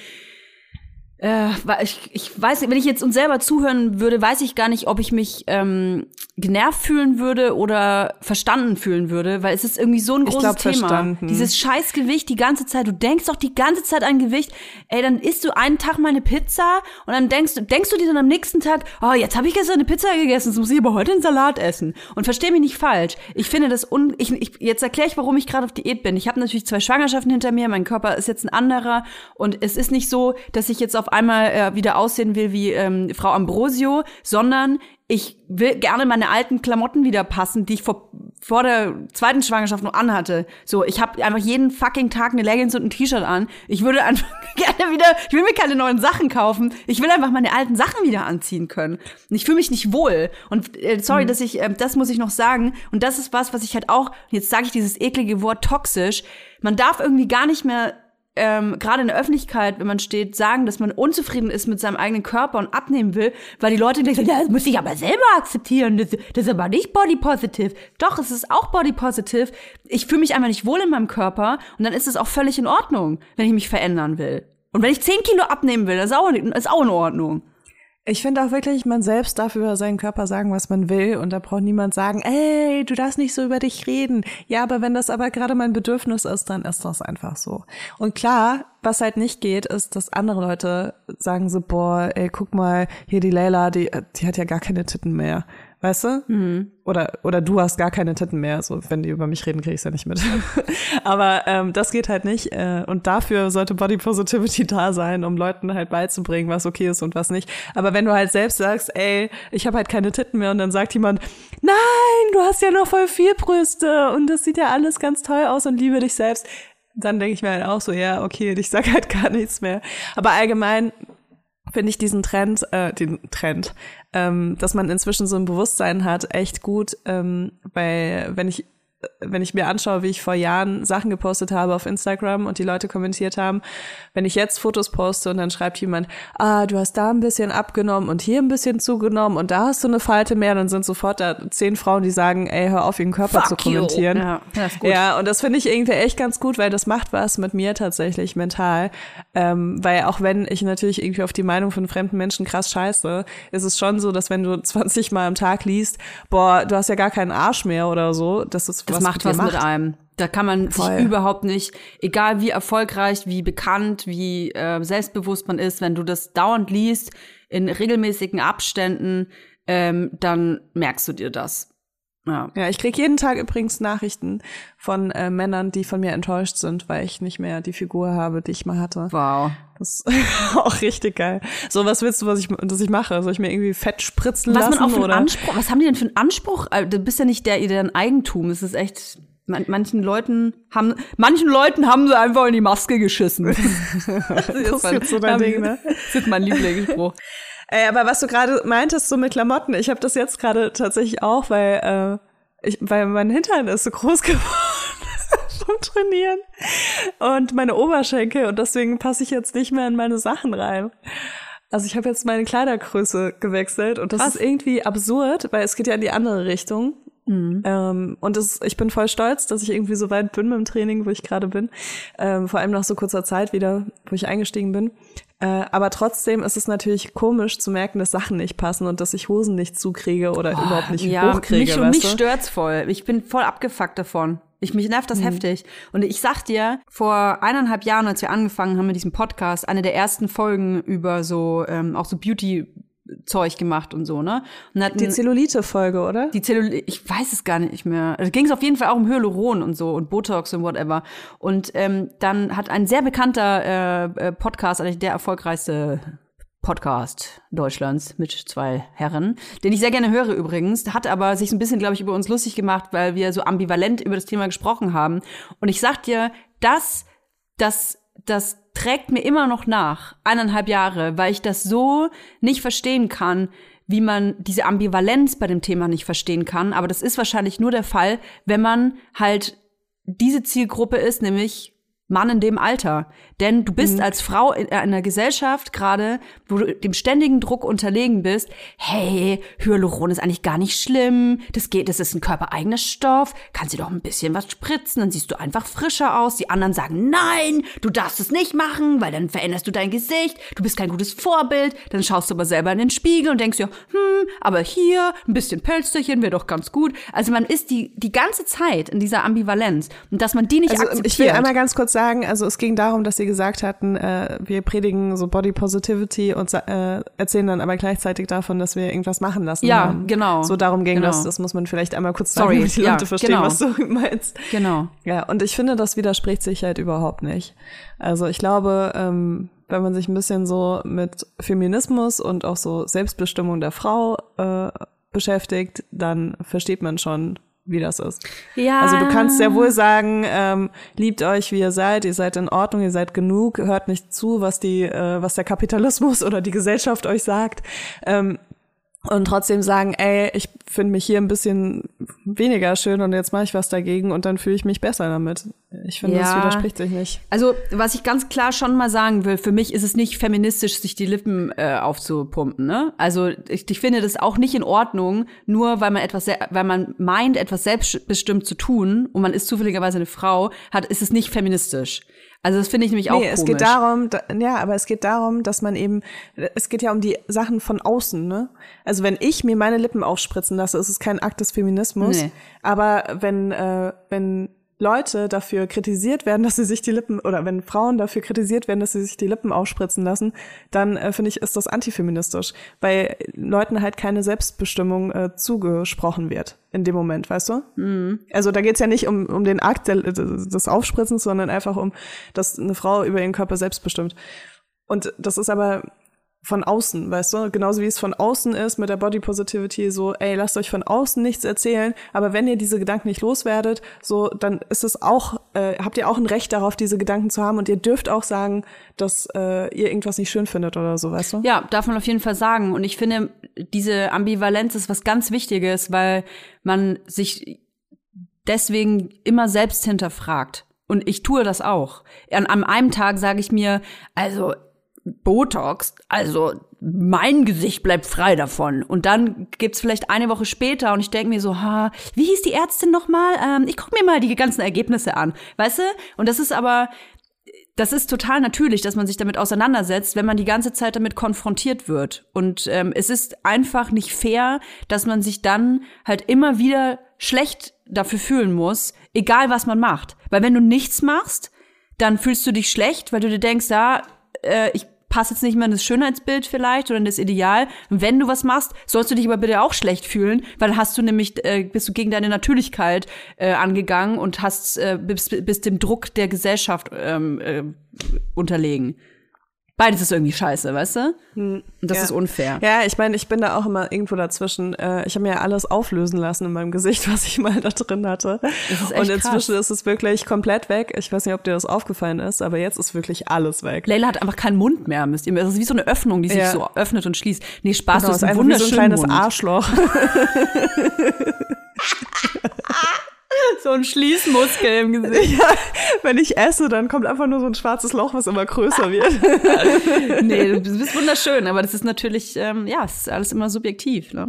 B: ich weiß nicht, wenn ich jetzt uns selber zuhören würde, weiß ich gar nicht, ob ich mich genervt fühlen würde oder verstanden fühlen würde, weil es ist irgendwie so ein großes Thema.
C: Verstanden.
B: Dieses Scheißgewicht die ganze Zeit, du denkst doch die ganze Zeit an Gewicht, ey, dann isst du einen Tag mal eine Pizza und dann denkst du dir dann am nächsten Tag, oh, jetzt habe ich gestern eine Pizza gegessen, jetzt muss ich aber heute einen Salat essen. Und versteh mich nicht falsch, ich finde das jetzt erkläre ich, warum ich gerade auf Diät bin. Ich habe natürlich 2 Schwangerschaften hinter mir, mein Körper ist jetzt ein anderer und es ist nicht so, dass ich jetzt auf einmal wieder aussehen will wie Frau Ambrosio, sondern ich will gerne meine alten Klamotten wieder passen, die ich vor der 2. Schwangerschaft noch anhatte. So, ich habe einfach jeden fucking Tag eine Leggings und ein T-Shirt an. Ich würde einfach gerne wieder, ich will mir keine neuen Sachen kaufen. Ich will einfach meine alten Sachen wieder anziehen können. Und ich fühle mich nicht wohl. Und sorry, dass ich, das muss ich noch sagen. Und das ist was ich halt auch, jetzt sage ich dieses eklige Wort toxisch, man darf irgendwie gar nicht mehr gerade in der Öffentlichkeit, wenn man steht, sagen, dass man unzufrieden ist mit seinem eigenen Körper und abnehmen will, weil die Leute denken, ja, das muss ich aber selber akzeptieren, das ist aber nicht body positive. Doch, es ist auch body positive. Ich fühle mich einfach nicht wohl in meinem Körper und dann ist es auch völlig in Ordnung, wenn ich mich verändern will. Und wenn ich 10 Kilo abnehmen will, das ist auch in Ordnung.
C: Ich finde auch wirklich, man selbst darf über seinen Körper sagen, was man will und da braucht niemand sagen, ey, du darfst nicht so über dich reden. Ja, aber wenn das aber gerade mein Bedürfnis ist, dann ist das einfach so. Und klar, was halt nicht geht, ist, dass andere Leute sagen so, boah, ey, guck mal, hier die Leila, die hat ja gar keine Titten mehr. Weißt du? Oder du hast gar keine Titten mehr. So, wenn die über mich reden, kriege ich es ja nicht mit. Aber das geht halt nicht. Und dafür sollte Body Positivity da sein, um Leuten halt beizubringen, was okay ist und was nicht. Aber wenn du halt selbst sagst, ey, ich habe halt keine Titten mehr und dann sagt jemand, nein, du hast ja noch voll viel Brüste und das sieht ja alles ganz toll aus und liebe dich selbst, dann denke ich mir halt auch so, ja, okay, ich sag halt gar nichts mehr. Aber allgemein finde ich diesen Trend, dass man inzwischen so ein Bewusstsein hat, echt gut, weil wenn ich wenn ich mir anschaue, wie ich vor Jahren Sachen gepostet habe auf Instagram und die Leute kommentiert haben, wenn ich jetzt Fotos poste und dann schreibt jemand, du hast da ein bisschen abgenommen und hier ein bisschen zugenommen und da hast du eine Falte mehr, dann sind sofort da 10 Frauen, die sagen, ey, hör auf, ihren Körper zu kommentieren.
B: Ja, das ist gut.
C: Ja, und das finde ich irgendwie echt ganz gut, weil das macht was mit mir tatsächlich mental, weil auch wenn ich natürlich irgendwie auf die Meinung von fremden Menschen krass scheiße, ist es schon so, dass wenn du 20 Mal am Tag liest, boah, du hast ja gar keinen Arsch mehr oder so, das
B: macht was mit einem. Da kann man sich überhaupt nicht, egal wie erfolgreich, wie bekannt, wie selbstbewusst man ist, wenn du das dauernd liest, in regelmäßigen Abständen, dann merkst du dir das. Ja,
C: ich krieg jeden Tag übrigens Nachrichten von Männern, die von mir enttäuscht sind, weil ich nicht mehr die Figur habe, die ich mal hatte.
B: Wow.
C: Das ist auch richtig geil. So, was willst du, dass ich mache? Soll ich mir irgendwie Fett spritzen lassen?
B: Was man auch für einen
C: oder?
B: Anspruch, was haben die denn für einen Anspruch? Du bist ja nicht deren Eigentum. Es ist echt, manchen Leuten haben sie einfach in die Maske geschissen.
C: Das ist jetzt so dein Ding, ne?
B: Das ist mein Lieblingsspruch.
C: Ey, aber was du gerade meintest, so mit Klamotten, ich habe das jetzt gerade tatsächlich auch, weil mein Hintern ist so groß geworden vom Trainieren und meine Oberschenkel und deswegen passe ich jetzt nicht mehr in meine Sachen rein. Also ich habe jetzt meine Kleidergröße gewechselt und das ist irgendwie absurd, weil es geht ja in die andere Richtung. Mhm. Und ich bin voll stolz, dass ich irgendwie so weit bin mit dem Training, wo ich gerade bin. Vor allem nach so kurzer Zeit wieder, wo ich eingestiegen bin. Aber trotzdem ist es natürlich komisch zu merken, dass Sachen nicht passen und dass ich Hosen nicht zukriege oder überhaupt nicht hochkriege.
B: Mich stört's voll. Ich bin voll abgefuckt davon. Mich nervt das heftig. Und ich sag dir, vor 1,5 Jahren, als wir angefangen haben mit diesem Podcast, eine der ersten Folgen über so, auch so Beauty-Zeug gemacht und so, ne? Und
C: die Zellulite-Folge, oder?
B: Ich weiß es gar nicht mehr. Da ging es auf jeden Fall auch um Hyaluron und so und Botox und whatever. Und dann hat ein sehr bekannter Podcast, eigentlich der erfolgreichste Podcast Deutschlands mit 2 Herren, den ich sehr gerne höre übrigens, hat aber sich so ein bisschen, glaube ich, über uns lustig gemacht, weil wir so ambivalent über das Thema gesprochen haben. Und ich sag dir, das trägt mir immer noch nach, 1,5 Jahre, weil ich das so nicht verstehen kann, wie man diese Ambivalenz bei dem Thema nicht verstehen kann. Aber das ist wahrscheinlich nur der Fall, wenn man halt diese Zielgruppe ist, nämlich Mann in dem Alter. Denn du bist als Frau in einer Gesellschaft gerade, wo du dem ständigen Druck unterlegen bist, hey, Hyaluron ist eigentlich gar nicht schlimm, das ist ein körpereigener Stoff, kannst dir doch ein bisschen was spritzen, dann siehst du einfach frischer aus. Die anderen sagen, nein, du darfst es nicht machen, weil dann veränderst du dein Gesicht, du bist kein gutes Vorbild. Dann schaust du aber selber in den Spiegel und denkst dir, aber hier ein bisschen Pölsterchen wäre doch ganz gut. Also man ist die ganze Zeit in dieser Ambivalenz und dass man die nicht akzeptiert.
C: Ich will einmal ganz kurz sagen, also es ging darum, dass sie gesagt hatten, wir predigen so Body Positivity und erzählen dann aber gleichzeitig davon, dass wir irgendwas machen lassen.
B: Ja, genau.
C: So darum ging das muss man vielleicht einmal kurz sagen, damit die Leute verstehen, was du meinst.
B: Genau.
C: Ja, und ich finde, das widerspricht sich halt überhaupt nicht. Also ich glaube, wenn man sich ein bisschen so mit Feminismus und auch so Selbstbestimmung der Frau beschäftigt, dann versteht man schon, wie das ist.
B: Ja.
C: Also du kannst sehr wohl sagen, liebt euch, wie ihr seid in Ordnung, ihr seid genug, hört nicht zu, was der Kapitalismus oder die Gesellschaft euch sagt. Und trotzdem sagen, ey, ich finde mich hier ein bisschen weniger schön und jetzt mache ich was dagegen und dann fühle ich mich besser damit. Ich finde, das widerspricht sich nicht.
B: Also, was ich ganz klar schon mal sagen will, für mich ist es nicht feministisch, sich die Lippen aufzupumpen, ne? Also, ich finde das auch nicht in Ordnung, nur weil man meint, etwas selbstbestimmt zu tun und man ist zufälligerweise eine Frau, ist es nicht feministisch. Also das finde ich nämlich auch komisch.
C: Es geht darum, dass man eben, es geht ja um die Sachen von außen, ne? Also wenn ich mir meine Lippen aufspritzen lasse, ist es kein Akt des Feminismus. Nee. Aber wenn Leute dafür kritisiert werden, dass sie sich die Lippen, oder wenn Frauen dafür kritisiert werden, dass sie sich die Lippen aufspritzen lassen, dann finde ich, ist das antifeministisch, weil Leuten halt keine Selbstbestimmung zugesprochen wird in dem Moment, weißt du? Mhm. Also da geht's ja nicht um den Akt des Aufspritzens, sondern einfach um, dass eine Frau über ihren Körper selbst bestimmt. Und das ist aber von außen, weißt du? Genauso wie es von außen ist mit der Body Positivity, so, ey, lasst euch von außen nichts erzählen, aber wenn ihr diese Gedanken nicht loswerdet, so, dann ist es auch, habt ihr auch ein Recht darauf, diese Gedanken zu haben und ihr dürft auch sagen, dass ihr irgendwas nicht schön findet oder so, weißt du?
B: Ja, darf man auf jeden Fall sagen. Und ich finde, diese Ambivalenz ist was ganz Wichtiges, weil man sich deswegen immer selbst hinterfragt. Und ich tue das auch. An einem Tag sage ich mir, also Botox, also mein Gesicht bleibt frei davon. Und dann gibt's vielleicht eine Woche später und ich denke mir so, wie hieß die Ärztin nochmal? Ich gucke mir mal die ganzen Ergebnisse an, weißt du? Und das ist total natürlich, dass man sich damit auseinandersetzt, wenn man die ganze Zeit damit konfrontiert wird. Und es ist einfach nicht fair, dass man sich dann halt immer wieder schlecht dafür fühlen muss, egal was man macht. Weil wenn du nichts machst, dann fühlst du dich schlecht, weil du dir denkst, ich passe jetzt nicht mehr in das Schönheitsbild vielleicht oder in das Ideal. Und wenn du was machst, sollst du dich aber bitte auch schlecht fühlen, weil dann bist du gegen deine Natürlichkeit angegangen und bist dem Druck der Gesellschaft unterlegen. Beides ist irgendwie scheiße, weißt du? Und das ist unfair.
C: Ja, ich meine, ich bin da auch immer irgendwo dazwischen. Ich habe mir ja alles auflösen lassen in meinem Gesicht, was ich mal da drin hatte.
B: Das ist echt
C: und inzwischen
B: krass.
C: ist es wirklich komplett weg. Ich weiß nicht, ob dir das aufgefallen ist, aber jetzt ist wirklich alles weg.
B: Leila hat einfach keinen Mund mehr, müsst ihr mir. Das ist wie so eine Öffnung, die sich so öffnet und schließt. Nee, Spaß,
C: Genau,
B: das ist ein
C: einfach wie so ein
B: wunderschöner
C: kleines
B: Mund.
C: Arschloch.
B: So ein Schließmuskel im Gesicht.
C: Ja, wenn ich esse, dann kommt einfach nur so ein schwarzes Loch, was immer größer wird.
B: Nee, du bist wunderschön, aber das ist natürlich, es ist alles immer subjektiv, ne?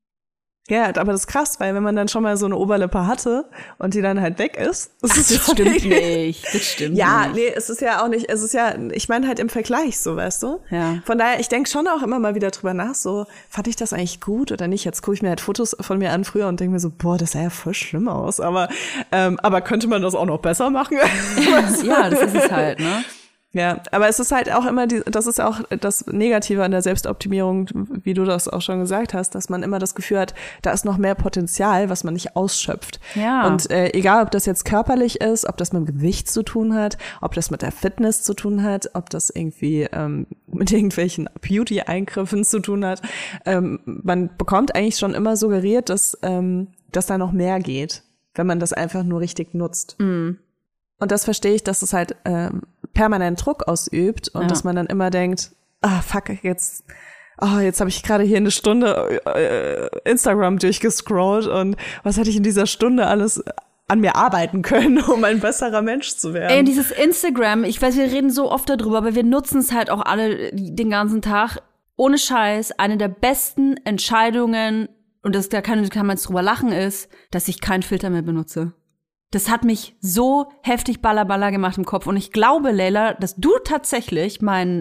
C: Ja, aber das ist krass, weil wenn man dann schon mal so eine Oberlippe hatte und die dann halt weg ist,
B: Das stimmt nicht. Das stimmt
C: Ja,
B: nicht.
C: nee, es ist ja auch nicht, ich meine halt im Vergleich so, weißt du?
B: Ja.
C: Von daher, ich denke schon auch immer mal wieder drüber nach, so, fand ich das eigentlich gut oder nicht? Jetzt gucke ich mir halt Fotos von mir an früher und denke mir so, boah, das sah ja voll schlimm aus, aber könnte man das auch noch besser machen?
B: Ja, das ist es halt, ne?
C: Ja, aber es ist halt auch immer, das ist auch das Negative an der Selbstoptimierung, wie du das auch schon gesagt hast, dass man immer das Gefühl hat, da ist noch mehr Potenzial, was man nicht ausschöpft.
B: Ja.
C: Und egal, ob das jetzt körperlich ist, ob das mit dem Gewicht zu tun hat, ob das mit der Fitness zu tun hat, ob das irgendwie mit irgendwelchen Beauty-Eingriffen zu tun hat, man bekommt eigentlich schon immer suggeriert, dass da noch mehr geht, wenn man das einfach nur richtig nutzt.
B: Mhm.
C: Und das verstehe ich, dass es halt permanent Druck ausübt und dass man dann immer denkt, fuck, jetzt habe ich gerade hier eine Stunde Instagram durchgescrollt und was hätte ich in dieser Stunde alles an mir arbeiten können, um ein besserer Mensch zu werden.
B: Ey, dieses Instagram, ich weiß, wir reden so oft darüber, aber wir nutzen es halt auch alle den ganzen Tag. Ohne Scheiß, eine der besten Entscheidungen, und da kann man jetzt drüber lachen, ist, dass ich keinen Filter mehr benutze. Das hat mich so heftig balla gemacht im Kopf. Und ich glaube, Leila, dass du tatsächlich mein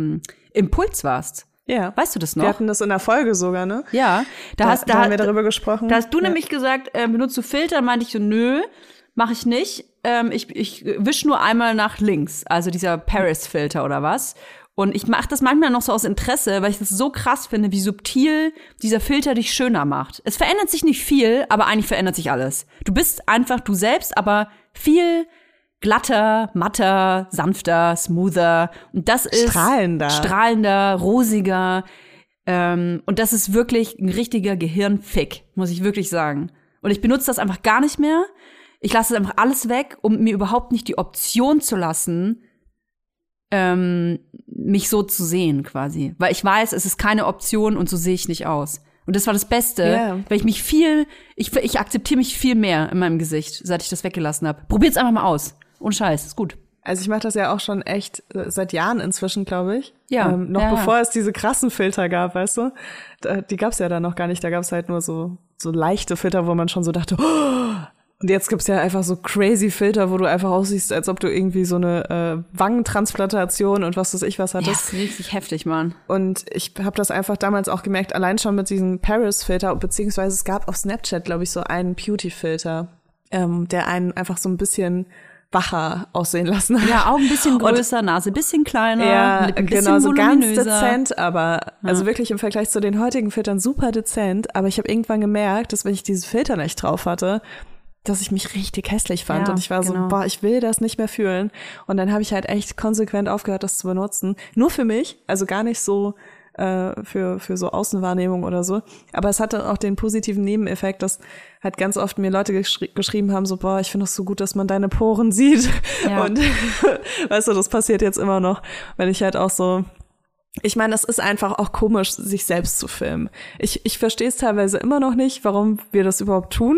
B: Impuls warst.
C: Ja.
B: Weißt du das noch?
C: Wir hatten das in der Folge sogar, ne?
B: Ja. Da
C: haben wir darüber gesprochen.
B: Da hast du nämlich gesagt, benutzt du Filter? Dann meinte ich so, nö, mache ich nicht. Ich wisch nur einmal nach links. Also dieser Paris-Filter oder was. Und ich mache das manchmal noch so aus Interesse, weil ich das so krass finde, wie subtil dieser Filter dich schöner macht. Es verändert sich nicht viel, aber eigentlich verändert sich alles. Du bist einfach du selbst, aber viel glatter, matter, sanfter, smoother. Und das ist strahlender, rosiger. Und das ist wirklich ein richtiger Gehirnfick, muss ich wirklich sagen. Und ich benutze das einfach gar nicht mehr. Ich lasse einfach alles weg, um mir überhaupt nicht die Option zu lassen, mich so zu sehen quasi. Weil ich weiß, es ist keine Option und so sehe ich nicht aus. Und das war das Beste, weil ich akzeptiere mich viel mehr in meinem Gesicht, seit ich das weggelassen habe. Probiert's einfach mal aus. Ohne Scheiß, ist gut.
C: Also ich mache das ja auch schon echt seit Jahren inzwischen, glaube ich.
B: Ja.
C: Bevor es diese krassen Filter gab, weißt du? Die gab's ja dann noch gar nicht. Da gab's halt nur so leichte Filter, wo man schon so dachte, oh! Und jetzt gibt's ja einfach so crazy Filter, wo du einfach aussiehst, als ob du irgendwie so eine Wangentransplantation und was weiß ich was hattest.
B: Ja, das ist richtig heftig, Mann.
C: Und ich habe das einfach damals auch gemerkt, allein schon mit diesem Paris-Filter, beziehungsweise es gab auf Snapchat, glaube ich, so einen Beauty-Filter, der einen einfach so ein bisschen wacher aussehen lassen hat.
B: Ja, Augen ein bisschen größer, Nase ein bisschen kleiner,
C: ja,
B: Lippen ein bisschen
C: genau, so ganz
B: voluminöser.
C: dezent, aber also wirklich im Vergleich zu den heutigen Filtern super dezent. Aber ich habe irgendwann gemerkt, dass wenn ich diese Filter nicht drauf hatte, dass ich mich richtig hässlich fand.
B: Ja,
C: und ich war so, ich will das nicht mehr fühlen. Und dann habe ich halt echt konsequent aufgehört, das zu benutzen. Nur für mich, also gar nicht so für so Außenwahrnehmung oder so. Aber es hatte auch den positiven Nebeneffekt, dass halt ganz oft mir Leute geschrieben haben, so, ich finde es so gut, dass man deine Poren sieht. Ja. Und weißt du, das passiert jetzt immer noch, weil ich halt auch so, ich meine, das ist einfach auch komisch, sich selbst zu filmen. Ich verstehe es teilweise immer noch nicht, warum wir das überhaupt tun.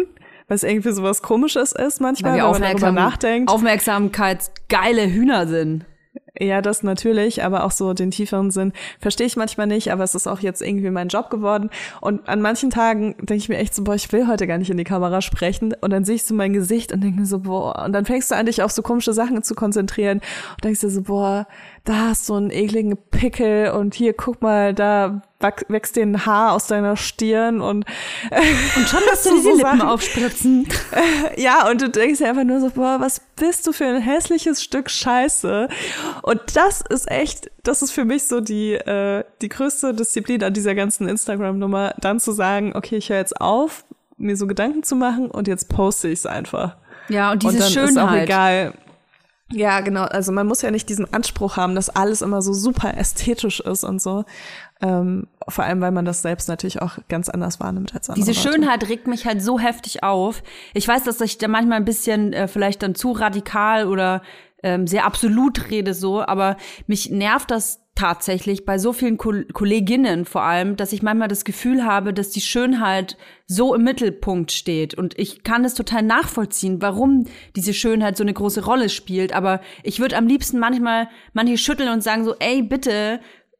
C: was irgendwie sowas Komisches ist manchmal,
B: Weil
C: wenn man darüber nachdenkt.
B: Aufmerksamkeitsgeile Hühner sind.
C: Ja, das natürlich, aber auch so den tieferen Sinn verstehe ich manchmal nicht, aber es ist auch jetzt irgendwie mein Job geworden. Und an manchen Tagen denke ich mir echt so, boah, ich will heute gar nicht in die Kamera sprechen. Und dann sehe ich so mein Gesicht und denke mir so, boah. Und dann fängst du an, dich auf so komische Sachen zu konzentrieren und denkst dir so, boah, da hast du einen ekligen Pickel und hier, guck mal, da wächst dir ein Haar aus deiner Stirn und
B: schon lässt du die Lippen aufspritzen.
C: Ja, und du denkst dir einfach nur so, boah, was bist du für ein hässliches Stück Scheiße? Und das ist für mich so die größte Disziplin an dieser ganzen Instagram-Nummer, dann zu sagen, okay, ich höre jetzt auf, mir so Gedanken zu machen und jetzt poste ich es einfach.
B: Ja, und diese Schönheit.
C: Ist auch egal. Ja, genau. Also man muss ja nicht diesen Anspruch haben, dass alles immer so super ästhetisch ist und so. Vor allem, weil man das selbst natürlich auch ganz anders wahrnimmt als andere
B: Diese
C: Leute.
B: Schönheit regt mich halt so heftig auf. Ich weiß, dass ich da manchmal ein bisschen vielleicht dann zu radikal oder sehr absolut rede so, aber mich nervt das tatsächlich bei so vielen Kolleginnen vor allem, dass ich manchmal das Gefühl habe, dass die Schönheit so im Mittelpunkt steht. Und ich kann es total nachvollziehen, warum diese Schönheit so eine große Rolle spielt. Aber ich würde am liebsten manchmal manche schütteln und sagen so, ey, bitte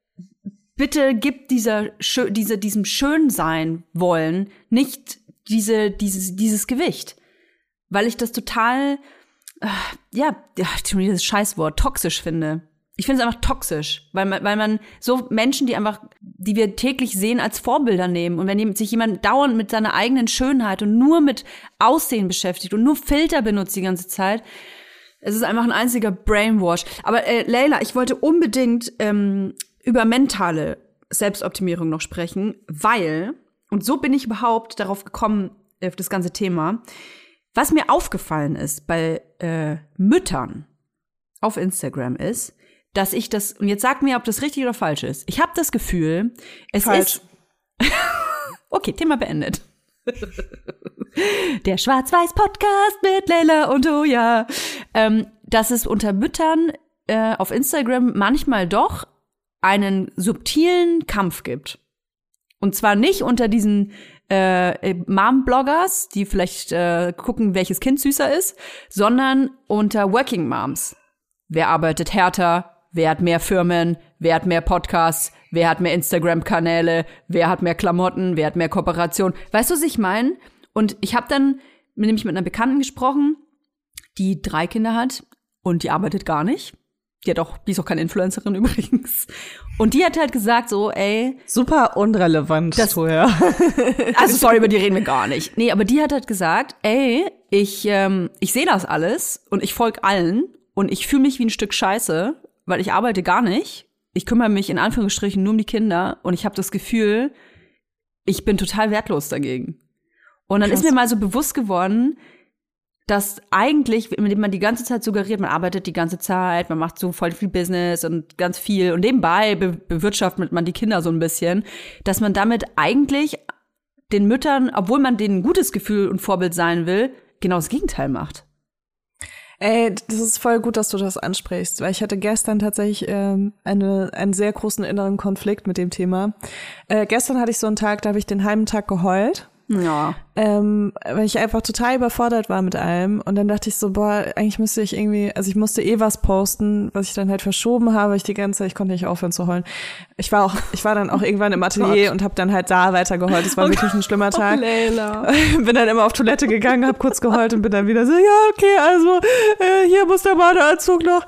B: gib diesem Schönsein wollen nicht dieses Gewicht. Weil ich das total, schon dieses Scheißwort, toxisch finde. Ich finde es einfach toxisch, weil man so Menschen, die wir täglich sehen, als Vorbilder nehmen. Und wenn sich jemand dauernd mit seiner eigenen Schönheit und nur mit Aussehen beschäftigt und nur Filter benutzt die ganze Zeit, es ist einfach ein einziger Brainwash. Aber Leila, ich wollte unbedingt über mentale Selbstoptimierung noch sprechen, weil, und so bin ich überhaupt darauf gekommen, auf das ganze Thema, was mir aufgefallen ist bei Müttern auf Instagram ist, dass ich das, und jetzt sag mir, ob das richtig oder falsch ist. Ich habe das Gefühl, es
C: falsch.
B: Ist okay, Thema beendet. Der Schwarz-Weiß-Podcast mit Leila und Toja. Dass es unter Müttern auf Instagram manchmal doch einen subtilen Kampf gibt. Und zwar nicht unter diesen Mom-Bloggers, die vielleicht gucken, welches Kind süßer ist, sondern unter Working Moms. Wer arbeitet härter? Wer hat mehr Firmen? Wer hat mehr Podcasts? Wer hat mehr Instagram-Kanäle? Wer hat mehr Klamotten? Wer hat mehr Kooperation? Weißt du, was ich meine? Und ich habe dann nämlich mit einer Bekannten gesprochen, die 3 Kinder hat und die arbeitet gar nicht. Die ist auch keine Influencerin übrigens. Und die hat halt gesagt so, ey.
C: Super unrelevant, vorher.
B: Also sorry, über die reden wir gar nicht. Nee, aber die hat halt gesagt, ey, ich sehe das alles und ich folge allen und ich fühle mich wie ein Stück Scheiße, weil ich arbeite gar nicht. Ich kümmere mich in Anführungsstrichen nur um die Kinder und ich habe das Gefühl, ich bin total wertlos dagegen. Und dann ist mir mal so bewusst geworden, dass eigentlich, mit man die ganze Zeit suggeriert, man arbeitet die ganze Zeit, man macht so voll viel Business und ganz viel und nebenbei bewirtschaftet man die Kinder so ein bisschen, dass man damit eigentlich den Müttern, obwohl man denen ein gutes Gefühl und Vorbild sein will, genau das Gegenteil macht.
C: Ey, das ist voll gut, dass du das ansprichst, weil ich hatte gestern tatsächlich einen sehr großen inneren Konflikt mit dem Thema. Gestern hatte ich so einen Tag, da habe ich den halben Tag geheult.
B: Ja.
C: Weil ich einfach total überfordert war mit allem. Und dann dachte ich so, boah, eigentlich müsste ich ich musste was posten, was ich dann halt verschoben habe. Ich konnte nicht aufhören zu heulen. Ich war dann auch irgendwann im Atelier und habe dann halt da weiter geheult. Es war wirklich ein schlimmer Tag.
B: Leila.
C: Bin dann immer auf Toilette gegangen, habe kurz geheult und bin dann wieder so, ja, okay, also hier muss der Badeanzug noch.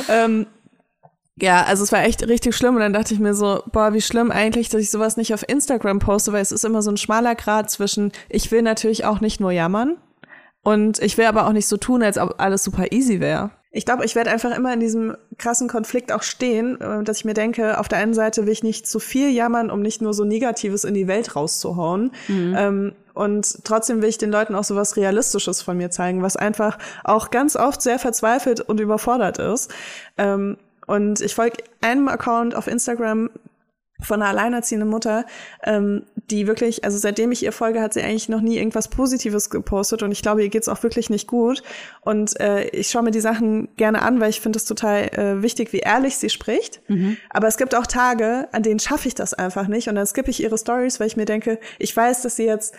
C: Ja, also es war echt richtig schlimm und dann dachte ich mir so, boah, wie schlimm eigentlich, dass ich sowas nicht auf Instagram poste, weil es ist immer so ein schmaler Grat zwischen, ich will natürlich auch nicht nur jammern und ich will aber auch nicht so tun, als ob alles super easy wäre. Ich glaube, ich werde einfach immer in diesem krassen Konflikt auch stehen, dass ich mir denke, auf der einen Seite will ich nicht zu viel jammern, um nicht nur so Negatives in die Welt rauszuhauen. Und trotzdem will ich den Leuten auch so was Realistisches von mir zeigen, was einfach auch ganz oft sehr verzweifelt und überfordert ist. Und ich folge einem Account auf Instagram von einer alleinerziehenden Mutter, die wirklich, also seitdem ich ihr folge, hat sie eigentlich noch nie irgendwas Positives gepostet und ich glaube, ihr geht's auch wirklich nicht gut. Und ich schaue mir die Sachen gerne an, weil ich finde es total wichtig, wie ehrlich sie spricht. Aber es gibt auch Tage, an denen schaffe ich das einfach nicht und dann skippe ich ihre Stories, weil ich mir denke, ich weiß, dass sie jetzt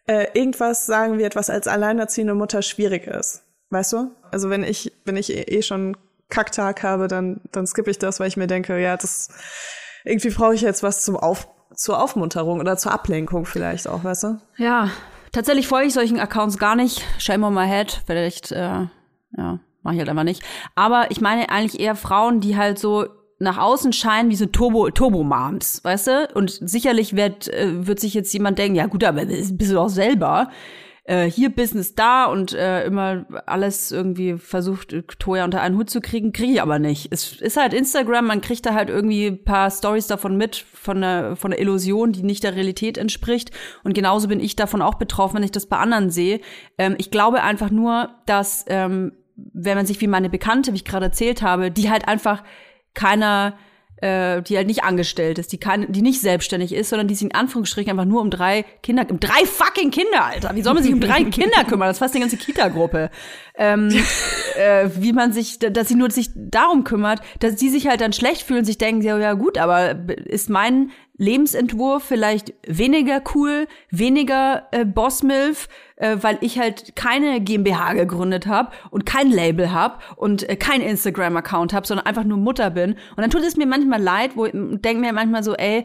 C: irgendwas sagen wird, was als alleinerziehende Mutter schwierig ist. Weißt du? Also wenn ich schon Kacktag habe, dann skippe ich das, weil ich mir denke, ja, das irgendwie brauche ich jetzt was zur Aufmunterung oder zur Ablenkung vielleicht auch, weißt du?
B: Ja, tatsächlich folge ich solchen Accounts gar nicht. Shame on my head. Vielleicht, mache ich halt einfach nicht. Aber ich meine eigentlich eher Frauen, die halt so nach außen scheinen wie so Turbo-Moms, weißt du? Und sicherlich wird sich jetzt jemand denken, ja gut, aber bist du doch selber. Hier Business da und immer alles irgendwie versucht, Toya unter einen Hut zu kriegen, kriege ich aber nicht. Es ist halt Instagram, man kriegt da halt irgendwie ein paar Stories davon mit, von der Illusion, die nicht der Realität entspricht. Und genauso bin ich davon auch betroffen, wenn ich das bei anderen sehe. Ich glaube einfach nur, dass, wenn man sich wie meine Bekannte, wie ich gerade erzählt habe, die halt einfach die halt nicht angestellt ist, die nicht selbstständig ist, sondern die sich in Anführungsstrichen einfach nur um 3 fucking Kinder, Alter. Wie soll man sich um 3 Kinder kümmern? Das ist fast eine ganze Kita-Gruppe. Wie man sich, dass sie nur sich darum kümmert, dass die sich halt dann schlecht fühlen, sich denken, ja gut, aber ist mein Lebensentwurf vielleicht weniger cool, weniger Boss-Milf, weil ich halt keine GmbH gegründet habe und kein Label habe und kein Instagram-Account habe, sondern einfach nur Mutter bin. Und dann tut es mir manchmal leid, wo ich denke mir manchmal so, ey,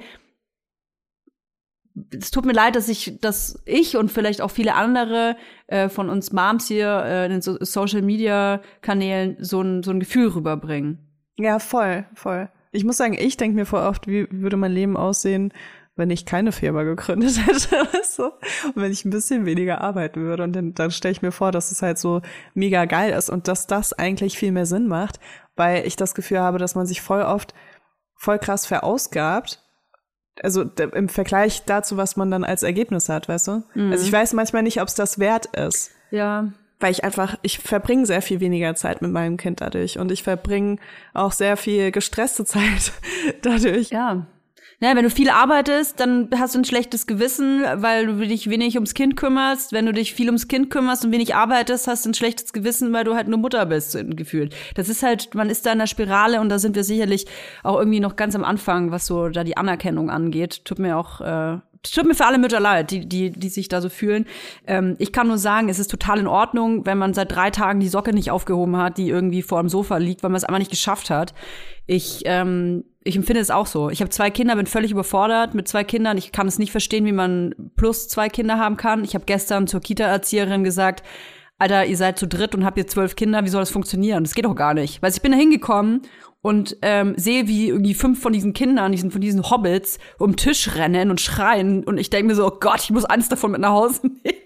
B: es tut mir leid, dass ich und vielleicht auch viele andere von uns Moms hier in den Social-Media-Kanälen so ein Gefühl rüberbringen.
C: Ja, voll. Ich muss sagen, ich denke mir voll oft, wie würde mein Leben aussehen, wenn ich keine Firma gegründet hätte, weißt du? Und wenn ich ein bisschen weniger arbeiten würde. Und dann stelle ich mir vor, dass es halt so mega geil ist und dass das eigentlich viel mehr Sinn macht, weil ich das Gefühl habe, dass man sich voll oft voll krass verausgabt. Also im Vergleich dazu, was man dann als Ergebnis hat, weißt du? Mhm. Also ich weiß manchmal nicht, ob es das wert ist.
B: Ja.
C: Weil ich verbringe sehr viel weniger Zeit mit meinem Kind dadurch und ich verbringe auch sehr viel gestresste Zeit dadurch.
B: Ja. Ja, wenn du viel arbeitest, dann hast du ein schlechtes Gewissen, weil du dich wenig ums Kind kümmerst. Wenn du dich viel ums Kind kümmerst und wenig arbeitest, hast du ein schlechtes Gewissen, weil du halt nur Mutter bist, gefühlt. Das ist halt, man ist da in der Spirale und da sind wir sicherlich auch irgendwie noch ganz am Anfang, was so da die Anerkennung angeht. Tut mir für alle Mütter leid, die sich da so fühlen. Ich kann nur sagen, es ist total in Ordnung, wenn man seit 3 Tagen die Socke nicht aufgehoben hat, die irgendwie vor dem Sofa liegt, weil man es einfach nicht geschafft hat. Ich empfinde es auch so. Ich habe 2 Kinder, bin völlig überfordert mit 2 Kindern. Ich kann es nicht verstehen, wie man plus 2 Kinder haben kann. Ich habe gestern zur Kita-Erzieherin gesagt, Alter, ihr seid zu dritt und habt ihr 12 Kinder, wie soll das funktionieren? Das geht doch gar nicht. Weil ich bin da hingekommen und sehe, wie irgendwie 5 von diesen Kindern, von diesen Hobbits, um den Tisch rennen und schreien. Und ich denke mir so, oh Gott, ich muss eins davon mit nach Hause nehmen.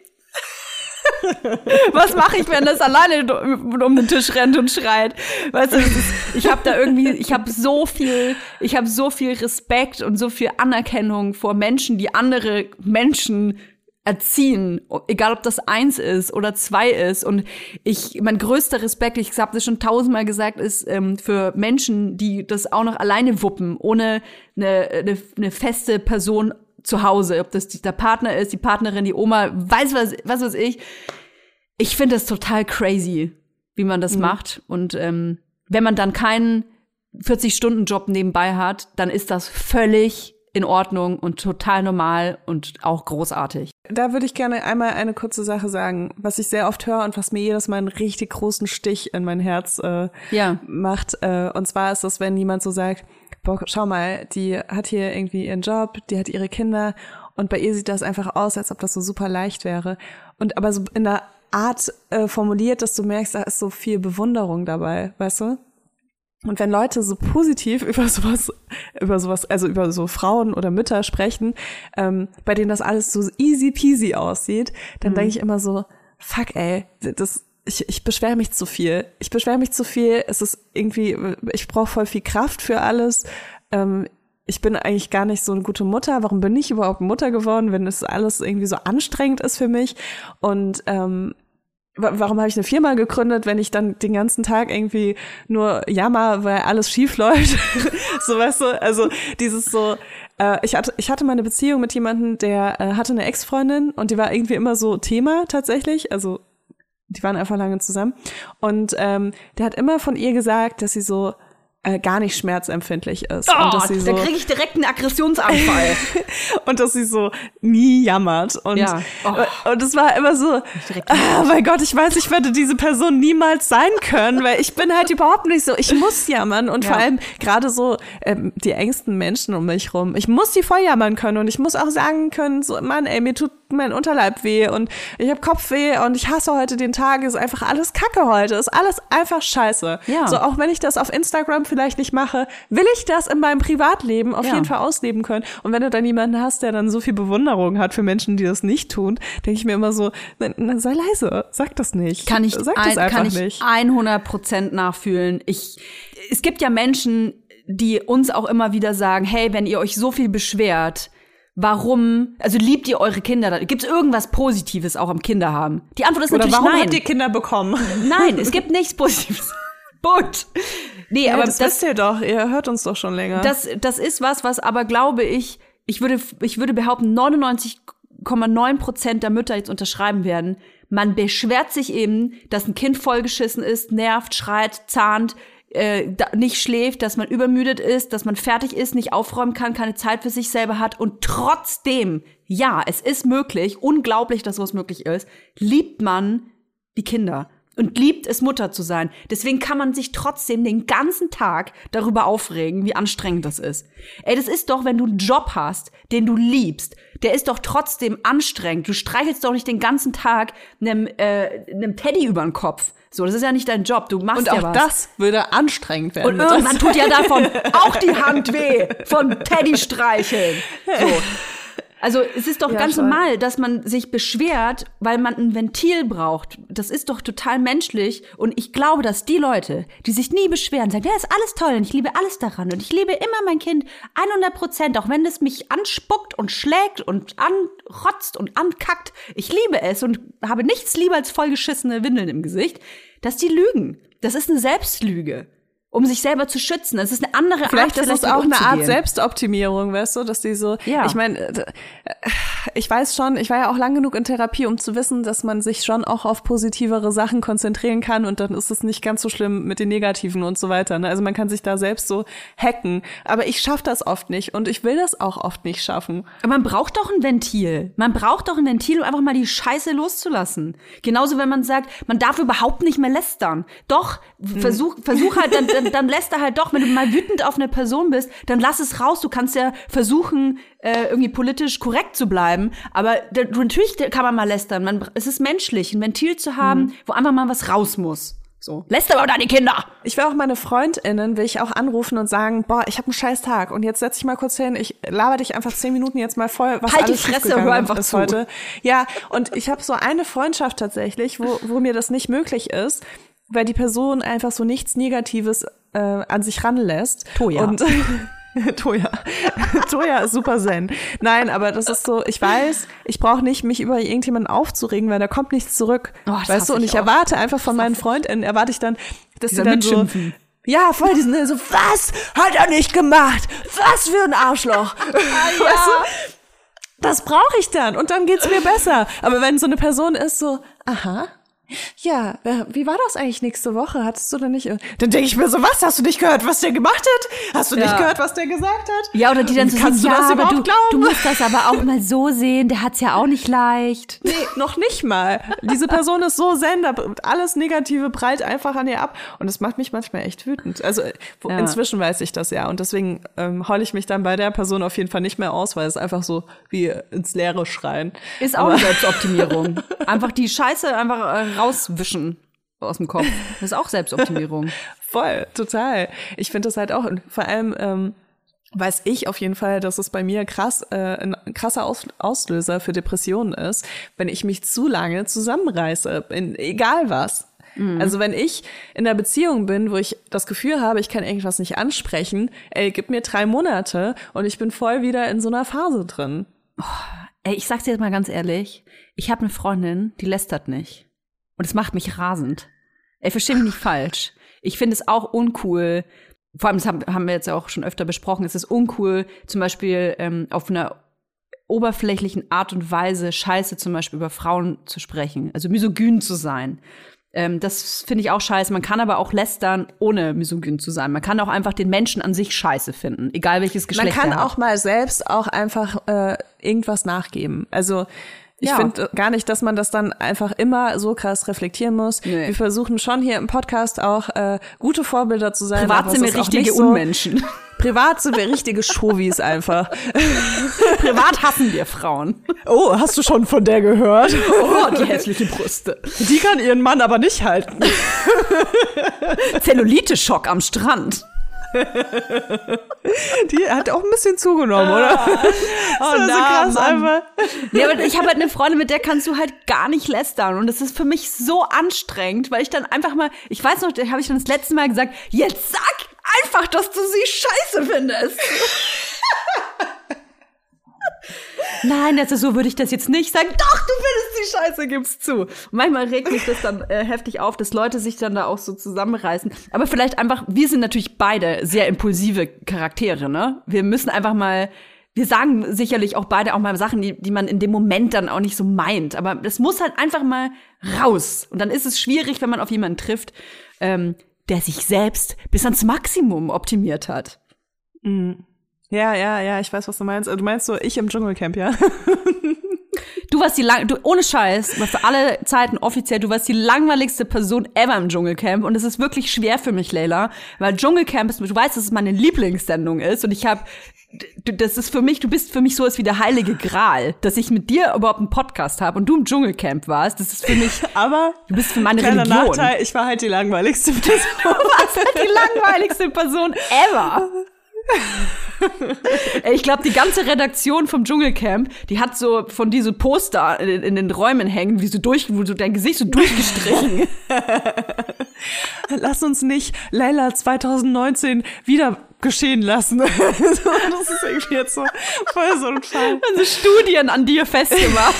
B: Was mache ich, wenn das alleine um den Tisch rennt und schreit? Weißt du, ich habe so viel Respekt und so viel Anerkennung vor Menschen, die andere Menschen erziehen, egal ob das 1 ist oder 2 ist. Und mein größter Respekt, ich habe das schon 1000-mal gesagt, ist für Menschen, die das auch noch alleine wuppen, ohne eine feste Person zu Hause, ob das der Partner ist, die Partnerin, die Oma, weiß ich. Ich finde das total crazy, wie man das macht. Und wenn man dann keinen 40-Stunden-Job nebenbei hat, dann ist das völlig in Ordnung und total normal und auch großartig.
C: Da würde ich gerne einmal eine kurze Sache sagen, was ich sehr oft höre und was mir jedes Mal einen richtig großen Stich in mein Herz macht. Und zwar ist das, wenn jemand so sagt, boah, schau mal, die hat hier irgendwie ihren Job, die hat ihre Kinder und bei ihr sieht das einfach aus, als ob das so super leicht wäre. Und aber so in der Art formuliert, dass du merkst, da ist so viel Bewunderung dabei, weißt du? Und wenn Leute so positiv über sowas, also über so Frauen oder Mütter sprechen, bei denen das alles so easy peasy aussieht, dann denke ich immer so, fuck ey, ich beschwere mich zu viel. Es ist irgendwie, ich brauche voll viel Kraft für alles. Ich bin eigentlich gar nicht so eine gute Mutter. Warum bin ich überhaupt Mutter geworden, wenn es alles irgendwie so anstrengend ist für mich? Und warum habe ich eine Firma gegründet, wenn ich dann den ganzen Tag irgendwie nur jammer, weil alles schief läuft? So, weißt du, also dieses so, ich hatte mal eine Beziehung mit jemandem, der hatte eine Ex-Freundin und die war irgendwie immer so Thema tatsächlich, also die waren einfach lange zusammen und der hat immer von ihr gesagt, dass sie so gar nicht schmerzempfindlich ist.
B: Oh,
C: und dass sie so,
B: da kriege ich direkt einen Aggressionsanfall.
C: und dass sie so nie jammert. Und, und es war immer so, oh mein Gott, ich weiß, ich werde diese Person niemals sein können, weil ich bin halt überhaupt nicht so, ich muss jammern und vor allem gerade so die engsten Menschen um mich rum, ich muss die voll jammern können und ich muss auch sagen können, so, Mann, ey, mir tut mein Unterleib weh und ich habe Kopfweh und ich hasse heute den Tag, ist einfach alles Kacke heute, ist alles einfach scheiße. Ja. So, auch wenn ich das auf Instagram vielleicht nicht mache, will ich das in meinem Privatleben auf jeden Fall ausleben können. Und wenn du dann jemanden hast, der dann so viel Bewunderung hat für Menschen, die das nicht tun, denke ich mir immer so, na, sei leise, sag das nicht.
B: Kann ich 100% nachfühlen. Es gibt ja Menschen, die uns auch immer wieder sagen, hey, wenn ihr euch so viel beschwert, warum, also liebt ihr eure Kinder? Gibt es irgendwas Positives auch am Kinderhaben? Die Antwort ist natürlich nein.
C: Warum habt ihr Kinder bekommen?
B: Nein, es gibt nichts Positives. Punkt. Nee,
C: ja,
B: aber
C: das wisst ihr doch, ihr hört uns doch schon länger.
B: Das ist was aber glaube ich würde behaupten, 99,9% der Mütter jetzt unterschreiben werden. Man beschwert sich eben, dass ein Kind vollgeschissen ist, nervt, schreit, zahnt, nicht schläft, dass man übermüdet ist, dass man fertig ist, nicht aufräumen kann, keine Zeit für sich selber hat und trotzdem, ja, es ist möglich, unglaublich, dass sowas möglich ist, liebt man die Kinder und liebt es, Mutter zu sein. Deswegen kann man sich trotzdem den ganzen Tag darüber aufregen, wie anstrengend das ist. Ey, das ist doch, wenn du einen Job hast, den du liebst, der ist doch trotzdem anstrengend. Du streichelst doch nicht den ganzen Tag einem Teddy über den Kopf. So, das ist ja nicht dein Job, du machst ja was. Und
C: auch das würde anstrengend werden.
B: Und irgendwann tut ja davon auch die Hand weh, von Teddy streicheln. So. Also es ist doch ganz normal, dass man sich beschwert, weil man ein Ventil braucht. Das ist doch total menschlich. Und ich glaube, dass die Leute, die sich nie beschweren, sagen, ja, ist alles toll und ich liebe alles daran und ich liebe immer mein Kind 100%, auch wenn es mich anspuckt und schlägt und anrotzt und ankackt. Ich liebe es und habe nichts lieber als vollgeschissene Windeln im Gesicht, dass die lügen. Das ist eine Selbstlüge. Um sich selber zu schützen. Das ist eine andere Art.
C: Vielleicht ist es auch eine Art Selbstoptimierung, weißt du, dass die so, ich meine, ich weiß schon, ich war ja auch lang genug in Therapie, um zu wissen, dass man sich schon auch auf positivere Sachen konzentrieren kann und dann ist es nicht ganz so schlimm mit den Negativen und so weiter. Ne? Also man kann sich da selbst so hacken. Aber ich schaffe das oft nicht und ich will das auch oft nicht schaffen.
B: Aber man braucht doch ein Ventil. Man braucht doch ein Ventil, um einfach mal die Scheiße loszulassen. Genauso, wenn man sagt, man darf überhaupt nicht mehr lästern. Doch, versuch halt dann lässt er halt doch, wenn du mal wütend auf eine Person bist, dann lass es raus. Du kannst ja versuchen, irgendwie politisch korrekt zu bleiben. Aber natürlich kann man mal lästern. Es ist menschlich, ein Ventil zu haben, wo einfach mal was raus muss. So. Lässt aber deine Kinder!
C: Ich will auch meine FreundInnen, will ich auch anrufen und sagen, boah, ich habe einen scheiß Tag und jetzt setz dich mal kurz hin, ich laber dich einfach 10 Minuten jetzt mal voll, was
B: halt
C: alles
B: die Fresse, hör einfach
C: ist
B: zu.
C: Heute. Ja, und ich habe so eine Freundschaft tatsächlich, wo mir das nicht möglich ist, weil die Person einfach so nichts Negatives an sich ranlässt.
B: Toja.
C: Und Toja. Toja ist super zen. Nein, aber das ist so, ich weiß, ich brauche nicht, mich über irgendjemanden aufzuregen, weil da kommt nichts zurück. Weißt du, und ich erwarte einfach von meinen FreundInnen, erwarte ich dann, dass sie dann so, ja, voll, die sind so, was hat er nicht gemacht? Was für ein Arschloch. Weißt du? Das brauche ich dann und dann geht's mir besser. Aber wenn so eine Person ist so, aha, ja, wie war das eigentlich nächste Woche? Hattest du denn nicht? Dann denke ich mir so, was? Hast du nicht gehört, was der gemacht hat? Hast du nicht gehört, was der gesagt hat?
B: Ja, oder die dann so
C: kannst
B: sagen,
C: du das überhaupt glauben?
B: Du musst das aber auch mal so sehen, der hat's ja auch nicht leicht.
C: Nee, noch nicht mal. Diese Person ist so zen, alles Negative prallt einfach an ihr ab und das macht mich manchmal echt wütend. Also inzwischen weiß ich das ja und deswegen heule ich mich dann bei der Person auf jeden Fall nicht mehr aus, weil es einfach so wie ins Leere schreien.
B: Ist auch eine Selbstoptimierung. Einfach die Scheiße einfach rauswischen aus dem Kopf. Das ist auch Selbstoptimierung.
C: Voll, total. Ich finde das halt auch, und vor allem weiß ich auf jeden Fall, dass es bei mir ein krasser Auslöser für Depressionen ist, wenn ich mich zu lange zusammenreiße, egal was. Also wenn ich in einer Beziehung bin, wo ich das Gefühl habe, ich kann irgendwas nicht ansprechen, gib mir 3 Monate und ich bin voll wieder in so einer Phase drin.
B: Ey, ich sag's dir jetzt mal ganz ehrlich, ich habe eine Freundin, die lästert nicht. Und es macht mich rasend. Ey, versteh mich nicht falsch. Ich finde es auch uncool, vor allem, das haben wir jetzt ja auch schon öfter besprochen, es ist uncool, zum Beispiel auf einer oberflächlichen Art und Weise Scheiße zum Beispiel über Frauen zu sprechen, also misogyn zu sein. Das finde ich auch scheiße. Man kann aber auch lästern, ohne misogyn zu sein. Man kann auch einfach den Menschen an sich scheiße finden, egal welches Geschlecht er hat.
A: Man kann auch mal selbst auch einfach irgendwas nachgeben. Also ich finde gar nicht, dass man das dann einfach immer so krass reflektieren muss.
B: Nee.
A: Wir versuchen schon hier im Podcast auch gute Vorbilder zu sein.
B: Privat sind wir richtige Unmenschen.
A: Privat sind wir richtige Chauvis einfach.
B: Privat hassen wir Frauen.
A: Oh, hast du schon von der gehört?
B: Oh, die hässliche Brüste.
A: Die kann ihren Mann aber nicht halten.
B: Zellulite-Schock am Strand.
A: Die hat auch ein bisschen zugenommen, oder?
B: Oh,
A: das ist so krass
B: Mann.
A: einfach.
B: Nee, aber ich habe halt eine Freundin, mit der kannst du halt gar nicht lästern. Und das ist für mich so anstrengend, weil ich dann einfach mal, ich weiß noch, da habe ich dann das letzte Mal gesagt, jetzt sag einfach, dass du sie scheiße findest. Nein, also so würde ich das jetzt nicht sagen. Doch, du findest sie scheiße, gib's zu. Und manchmal regt mich das dann heftig auf, dass Leute sich dann da auch so zusammenreißen. Aber vielleicht einfach, wir sind natürlich beide sehr impulsive Charaktere, ne? Wir müssen einfach mal, wir sagen sicherlich auch beide auch mal Sachen, die man in dem Moment dann auch nicht so meint. Aber das muss halt einfach mal raus. Und dann ist es schwierig, wenn man auf jemanden trifft, der sich selbst bis ans Maximum optimiert hat.
A: Mhm. Ja, ich weiß, was du meinst. Du meinst so, ich im Dschungelcamp, ja?
B: Du warst ohne Scheiß, für alle Zeiten offiziell, du warst die langweiligste Person ever im Dschungelcamp. Und es ist wirklich schwer für mich, Leila, weil Dschungelcamp ist, du weißt, dass es meine Lieblingssendung ist. Und das ist für mich, du bist für mich sowas wie der heilige Gral, dass ich mit dir überhaupt einen Podcast habe und du im Dschungelcamp warst. Das ist für mich,
A: aber
B: du bist für meine
A: kleiner
B: Religion.
A: Nachteil, ich war halt die langweiligste Person.
B: Du warst halt die langweiligste Person ever. Ich glaube, die ganze Redaktion vom Dschungelcamp, die hat so von diese Poster in den Räumen hängen, wo so dein Gesicht so durchgestrichen.
A: Lass uns nicht Leila 2019 wieder geschehen lassen. Das ist irgendwie jetzt so voll so ein Fall.
B: Also Studien an dir festgemacht.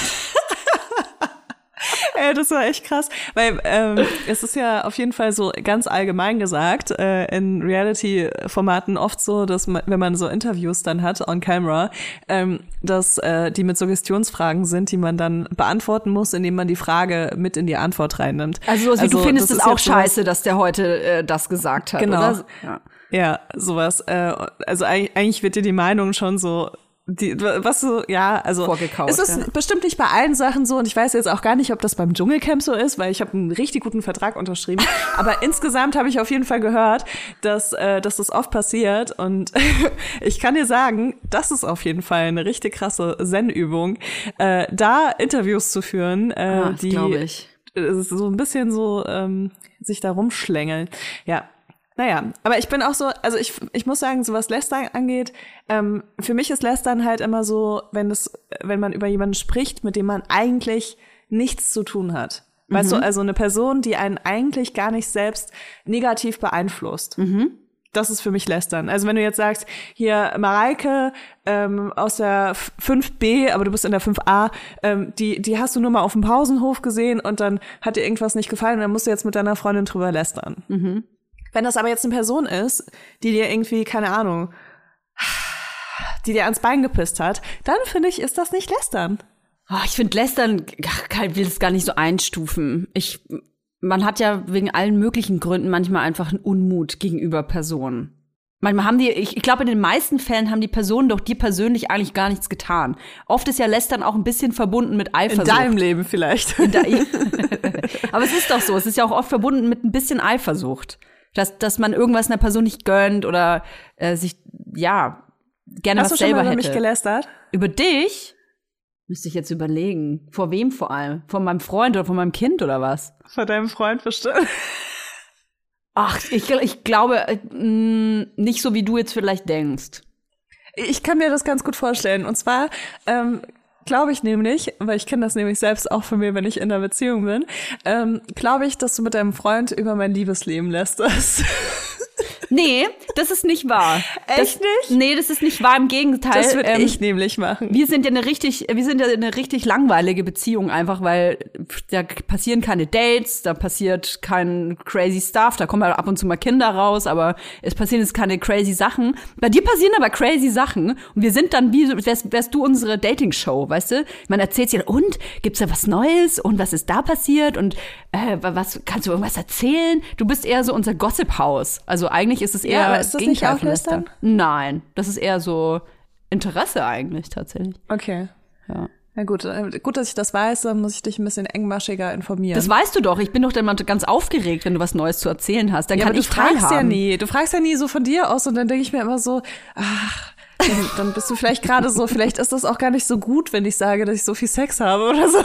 A: Ey, das war echt krass, weil es ist ja auf jeden Fall so ganz allgemein gesagt in Reality-Formaten oft so, dass man, wenn man so Interviews dann hat on camera, dass die mit Suggestionsfragen sind, die man dann beantworten muss, indem man die Frage mit in die Antwort reinnimmt.
B: Also du findest es auch scheiße, dass der heute das gesagt hat,
A: genau.
B: Oder?
A: Ja, sowas. Also eigentlich wird dir die Meinung schon so was so, ja, also
B: vorgekaut,
A: es ist bestimmt nicht bei allen Sachen so und ich weiß jetzt auch gar nicht, ob das beim Dschungelcamp so ist, weil ich habe einen richtig guten Vertrag unterschrieben, aber insgesamt habe ich auf jeden Fall gehört, dass das oft passiert und ich kann dir sagen, das ist auf jeden Fall eine richtig krasse Zen-Übung, da Interviews zu führen, die so ein bisschen so sich da rumschlängeln, ja. Naja, aber ich bin auch so, also ich muss sagen, so was Lästern angeht, für mich ist Lästern halt immer so, wenn man über jemanden spricht, mit dem man eigentlich nichts zu tun hat. Weißt du, also eine Person, die einen eigentlich gar nicht selbst negativ beeinflusst. Mhm. Das ist für mich Lästern. Also wenn du jetzt sagst, hier Mareike aus der 5b, aber du bist in der 5a, die hast du nur mal auf dem Pausenhof gesehen und dann hat dir irgendwas nicht gefallen und dann musst du jetzt mit deiner Freundin drüber lästern. Mhm. Wenn das aber jetzt eine Person ist, die dir irgendwie, keine Ahnung, die dir ans Bein gepisst hat, dann finde ich, ist das nicht Lästern.
B: Oh, ich finde Lästern, ich will es gar nicht so einstufen. Man hat ja wegen allen möglichen Gründen manchmal einfach einen Unmut gegenüber Personen. Manchmal haben ich glaube, in den meisten Fällen haben die Personen doch dir persönlich eigentlich gar nichts getan. Oft ist ja Lästern auch ein bisschen verbunden mit Eifersucht.
A: In deinem Leben vielleicht.
B: Aber es ist doch so, es ist ja auch oft verbunden mit ein bisschen Eifersucht. Dass man irgendwas einer Person nicht gönnt oder sich, ja, gerne was selber hätte. Hast du schon mal über mich
A: gelästert?
B: Über dich? Müsste ich jetzt überlegen. Vor wem vor allem? Von meinem Freund oder von meinem Kind oder was?
A: Von deinem Freund bestimmt.
B: Ach, ich glaube, nicht so, wie du jetzt vielleicht denkst.
A: Ich kann mir das ganz gut vorstellen. Und zwar glaube ich nämlich, weil ich kenne das nämlich selbst auch von mir, wenn ich in einer Beziehung bin, glaube ich, dass du mit deinem Freund über mein Liebesleben lästerst.
B: Nee, das ist nicht wahr.
C: Echt nicht?
B: Nee, das ist nicht wahr, im Gegenteil.
C: Das würde ich nämlich machen.
B: Wir sind ja eine richtig langweilige Beziehung einfach, weil da passieren keine Dates, da passiert kein crazy Stuff, da kommen ab und zu mal Kinder raus, aber es passieren jetzt keine crazy Sachen. Bei dir passieren aber crazy Sachen und wir sind dann wie, wärst du unsere Dating-Show, weißt du? Man erzählt dir, und gibt's da was Neues und was ist da passiert und was kannst du irgendwas erzählen? Du bist eher so unser Gossip-Haus. Also eigentlich ist es eher
C: aber ist das nicht auflöstern?
B: Nein, das ist eher so Interesse eigentlich tatsächlich.
C: Okay.
B: Ja.
C: Na gut, dass ich das weiß, dann muss ich dich ein bisschen engmaschiger informieren.
B: Das weißt du doch. Ich bin doch dann mal ganz aufgeregt, wenn du was Neues zu erzählen hast. Dann kann ich teilhaben.
C: Du fragst ja nie so von dir aus und dann denke ich mir immer so, ach, dann bist du vielleicht gerade so, vielleicht ist das auch gar nicht so gut, wenn ich sage, dass ich so viel Sex habe oder so.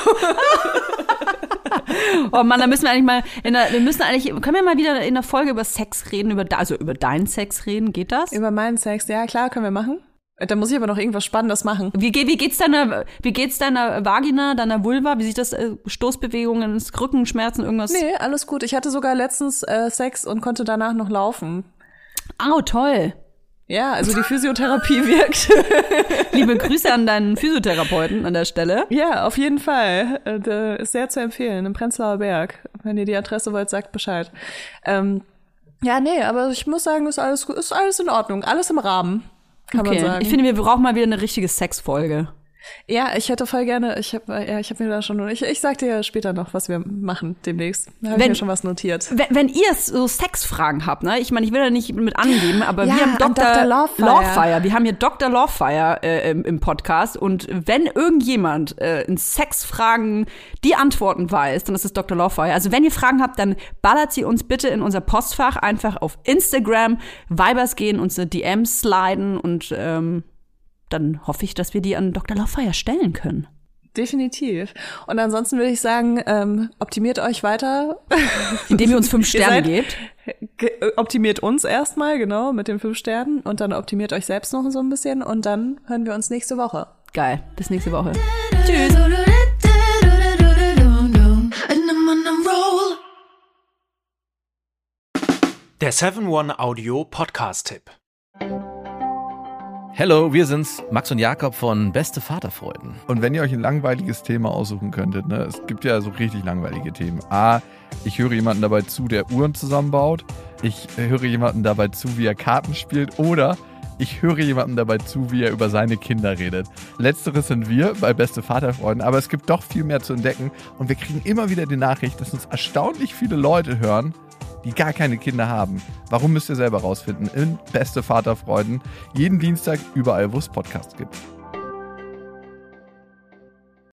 B: Oh Mann, da müssen wir eigentlich mal können wir mal wieder in der Folge über Sex reden, über deinen Sex reden, geht das?
C: Über meinen Sex, ja klar, können wir machen. Da muss ich aber noch irgendwas Spannendes machen.
B: Wie geht's deiner Vagina, deiner Vulva? Wie sieht das, Stoßbewegungen, Rückenschmerzen, irgendwas?
C: Nee, alles gut. Ich hatte sogar letztens Sex und konnte danach noch laufen.
B: Oh, toll.
C: Ja, also die Physiotherapie wirkt.
B: Liebe Grüße an deinen Physiotherapeuten an der Stelle.
C: Ja, auf jeden Fall. Ist sehr zu empfehlen, im Prenzlauer Berg. Wenn ihr die Adresse wollt, sagt Bescheid. Ja, nee, aber ich muss sagen, ist alles in Ordnung. Alles im Rahmen, kann man sagen.
B: Ich finde, wir brauchen mal wieder eine richtige Sexfolge.
C: Ja, ich hätte voll gerne, ich hab mir da schon, ich sag dir später noch, was wir machen demnächst. Da habe ich mir schon was notiert.
B: Wenn ihr so Sexfragen habt, ne? Ich meine, ich will da nicht mit angeben, aber wir haben Dr.
C: Lovefire.
B: Wir haben hier Dr. Lovefire im Podcast und wenn irgendjemand in Sexfragen die Antworten weiß, dann ist es Dr. Lovefire. Also wenn ihr Fragen habt, dann ballert sie uns bitte in unser Postfach, einfach auf Instagram, Vibers gehen, uns eine DM sliden und dann hoffe ich, dass wir die an Dr. Lovefire stellen können.
C: Definitiv. Und ansonsten würde ich sagen, optimiert euch weiter.
B: Indem ihr uns 5 Sterne gebt.
C: Optimiert uns erstmal, genau, mit den 5 Sternen. Und dann optimiert euch selbst noch so ein bisschen. Und dann hören wir uns nächste Woche.
B: Geil. Bis nächste Woche. Tschüss.
D: Der 7-One Audio Podcast-Tipp.
E: Hallo, wir sind's, Max und Jakob von Beste Vaterfreuden.
F: Und wenn ihr euch ein langweiliges Thema aussuchen könntet, ne, es gibt ja so richtig langweilige Themen. A, ich höre jemanden dabei zu, der Uhren zusammenbaut. Ich höre jemanden dabei zu, wie er Karten spielt. Oder ich höre jemanden dabei zu, wie er über seine Kinder redet. Letzteres sind wir bei Beste Vaterfreuden, aber es gibt doch viel mehr zu entdecken. Und wir kriegen immer wieder die Nachricht, dass uns erstaunlich viele Leute hören, die gar keine Kinder haben. Warum, müsst ihr selber rausfinden in Beste Vaterfreuden. Jeden Dienstag überall, wo es Podcasts gibt.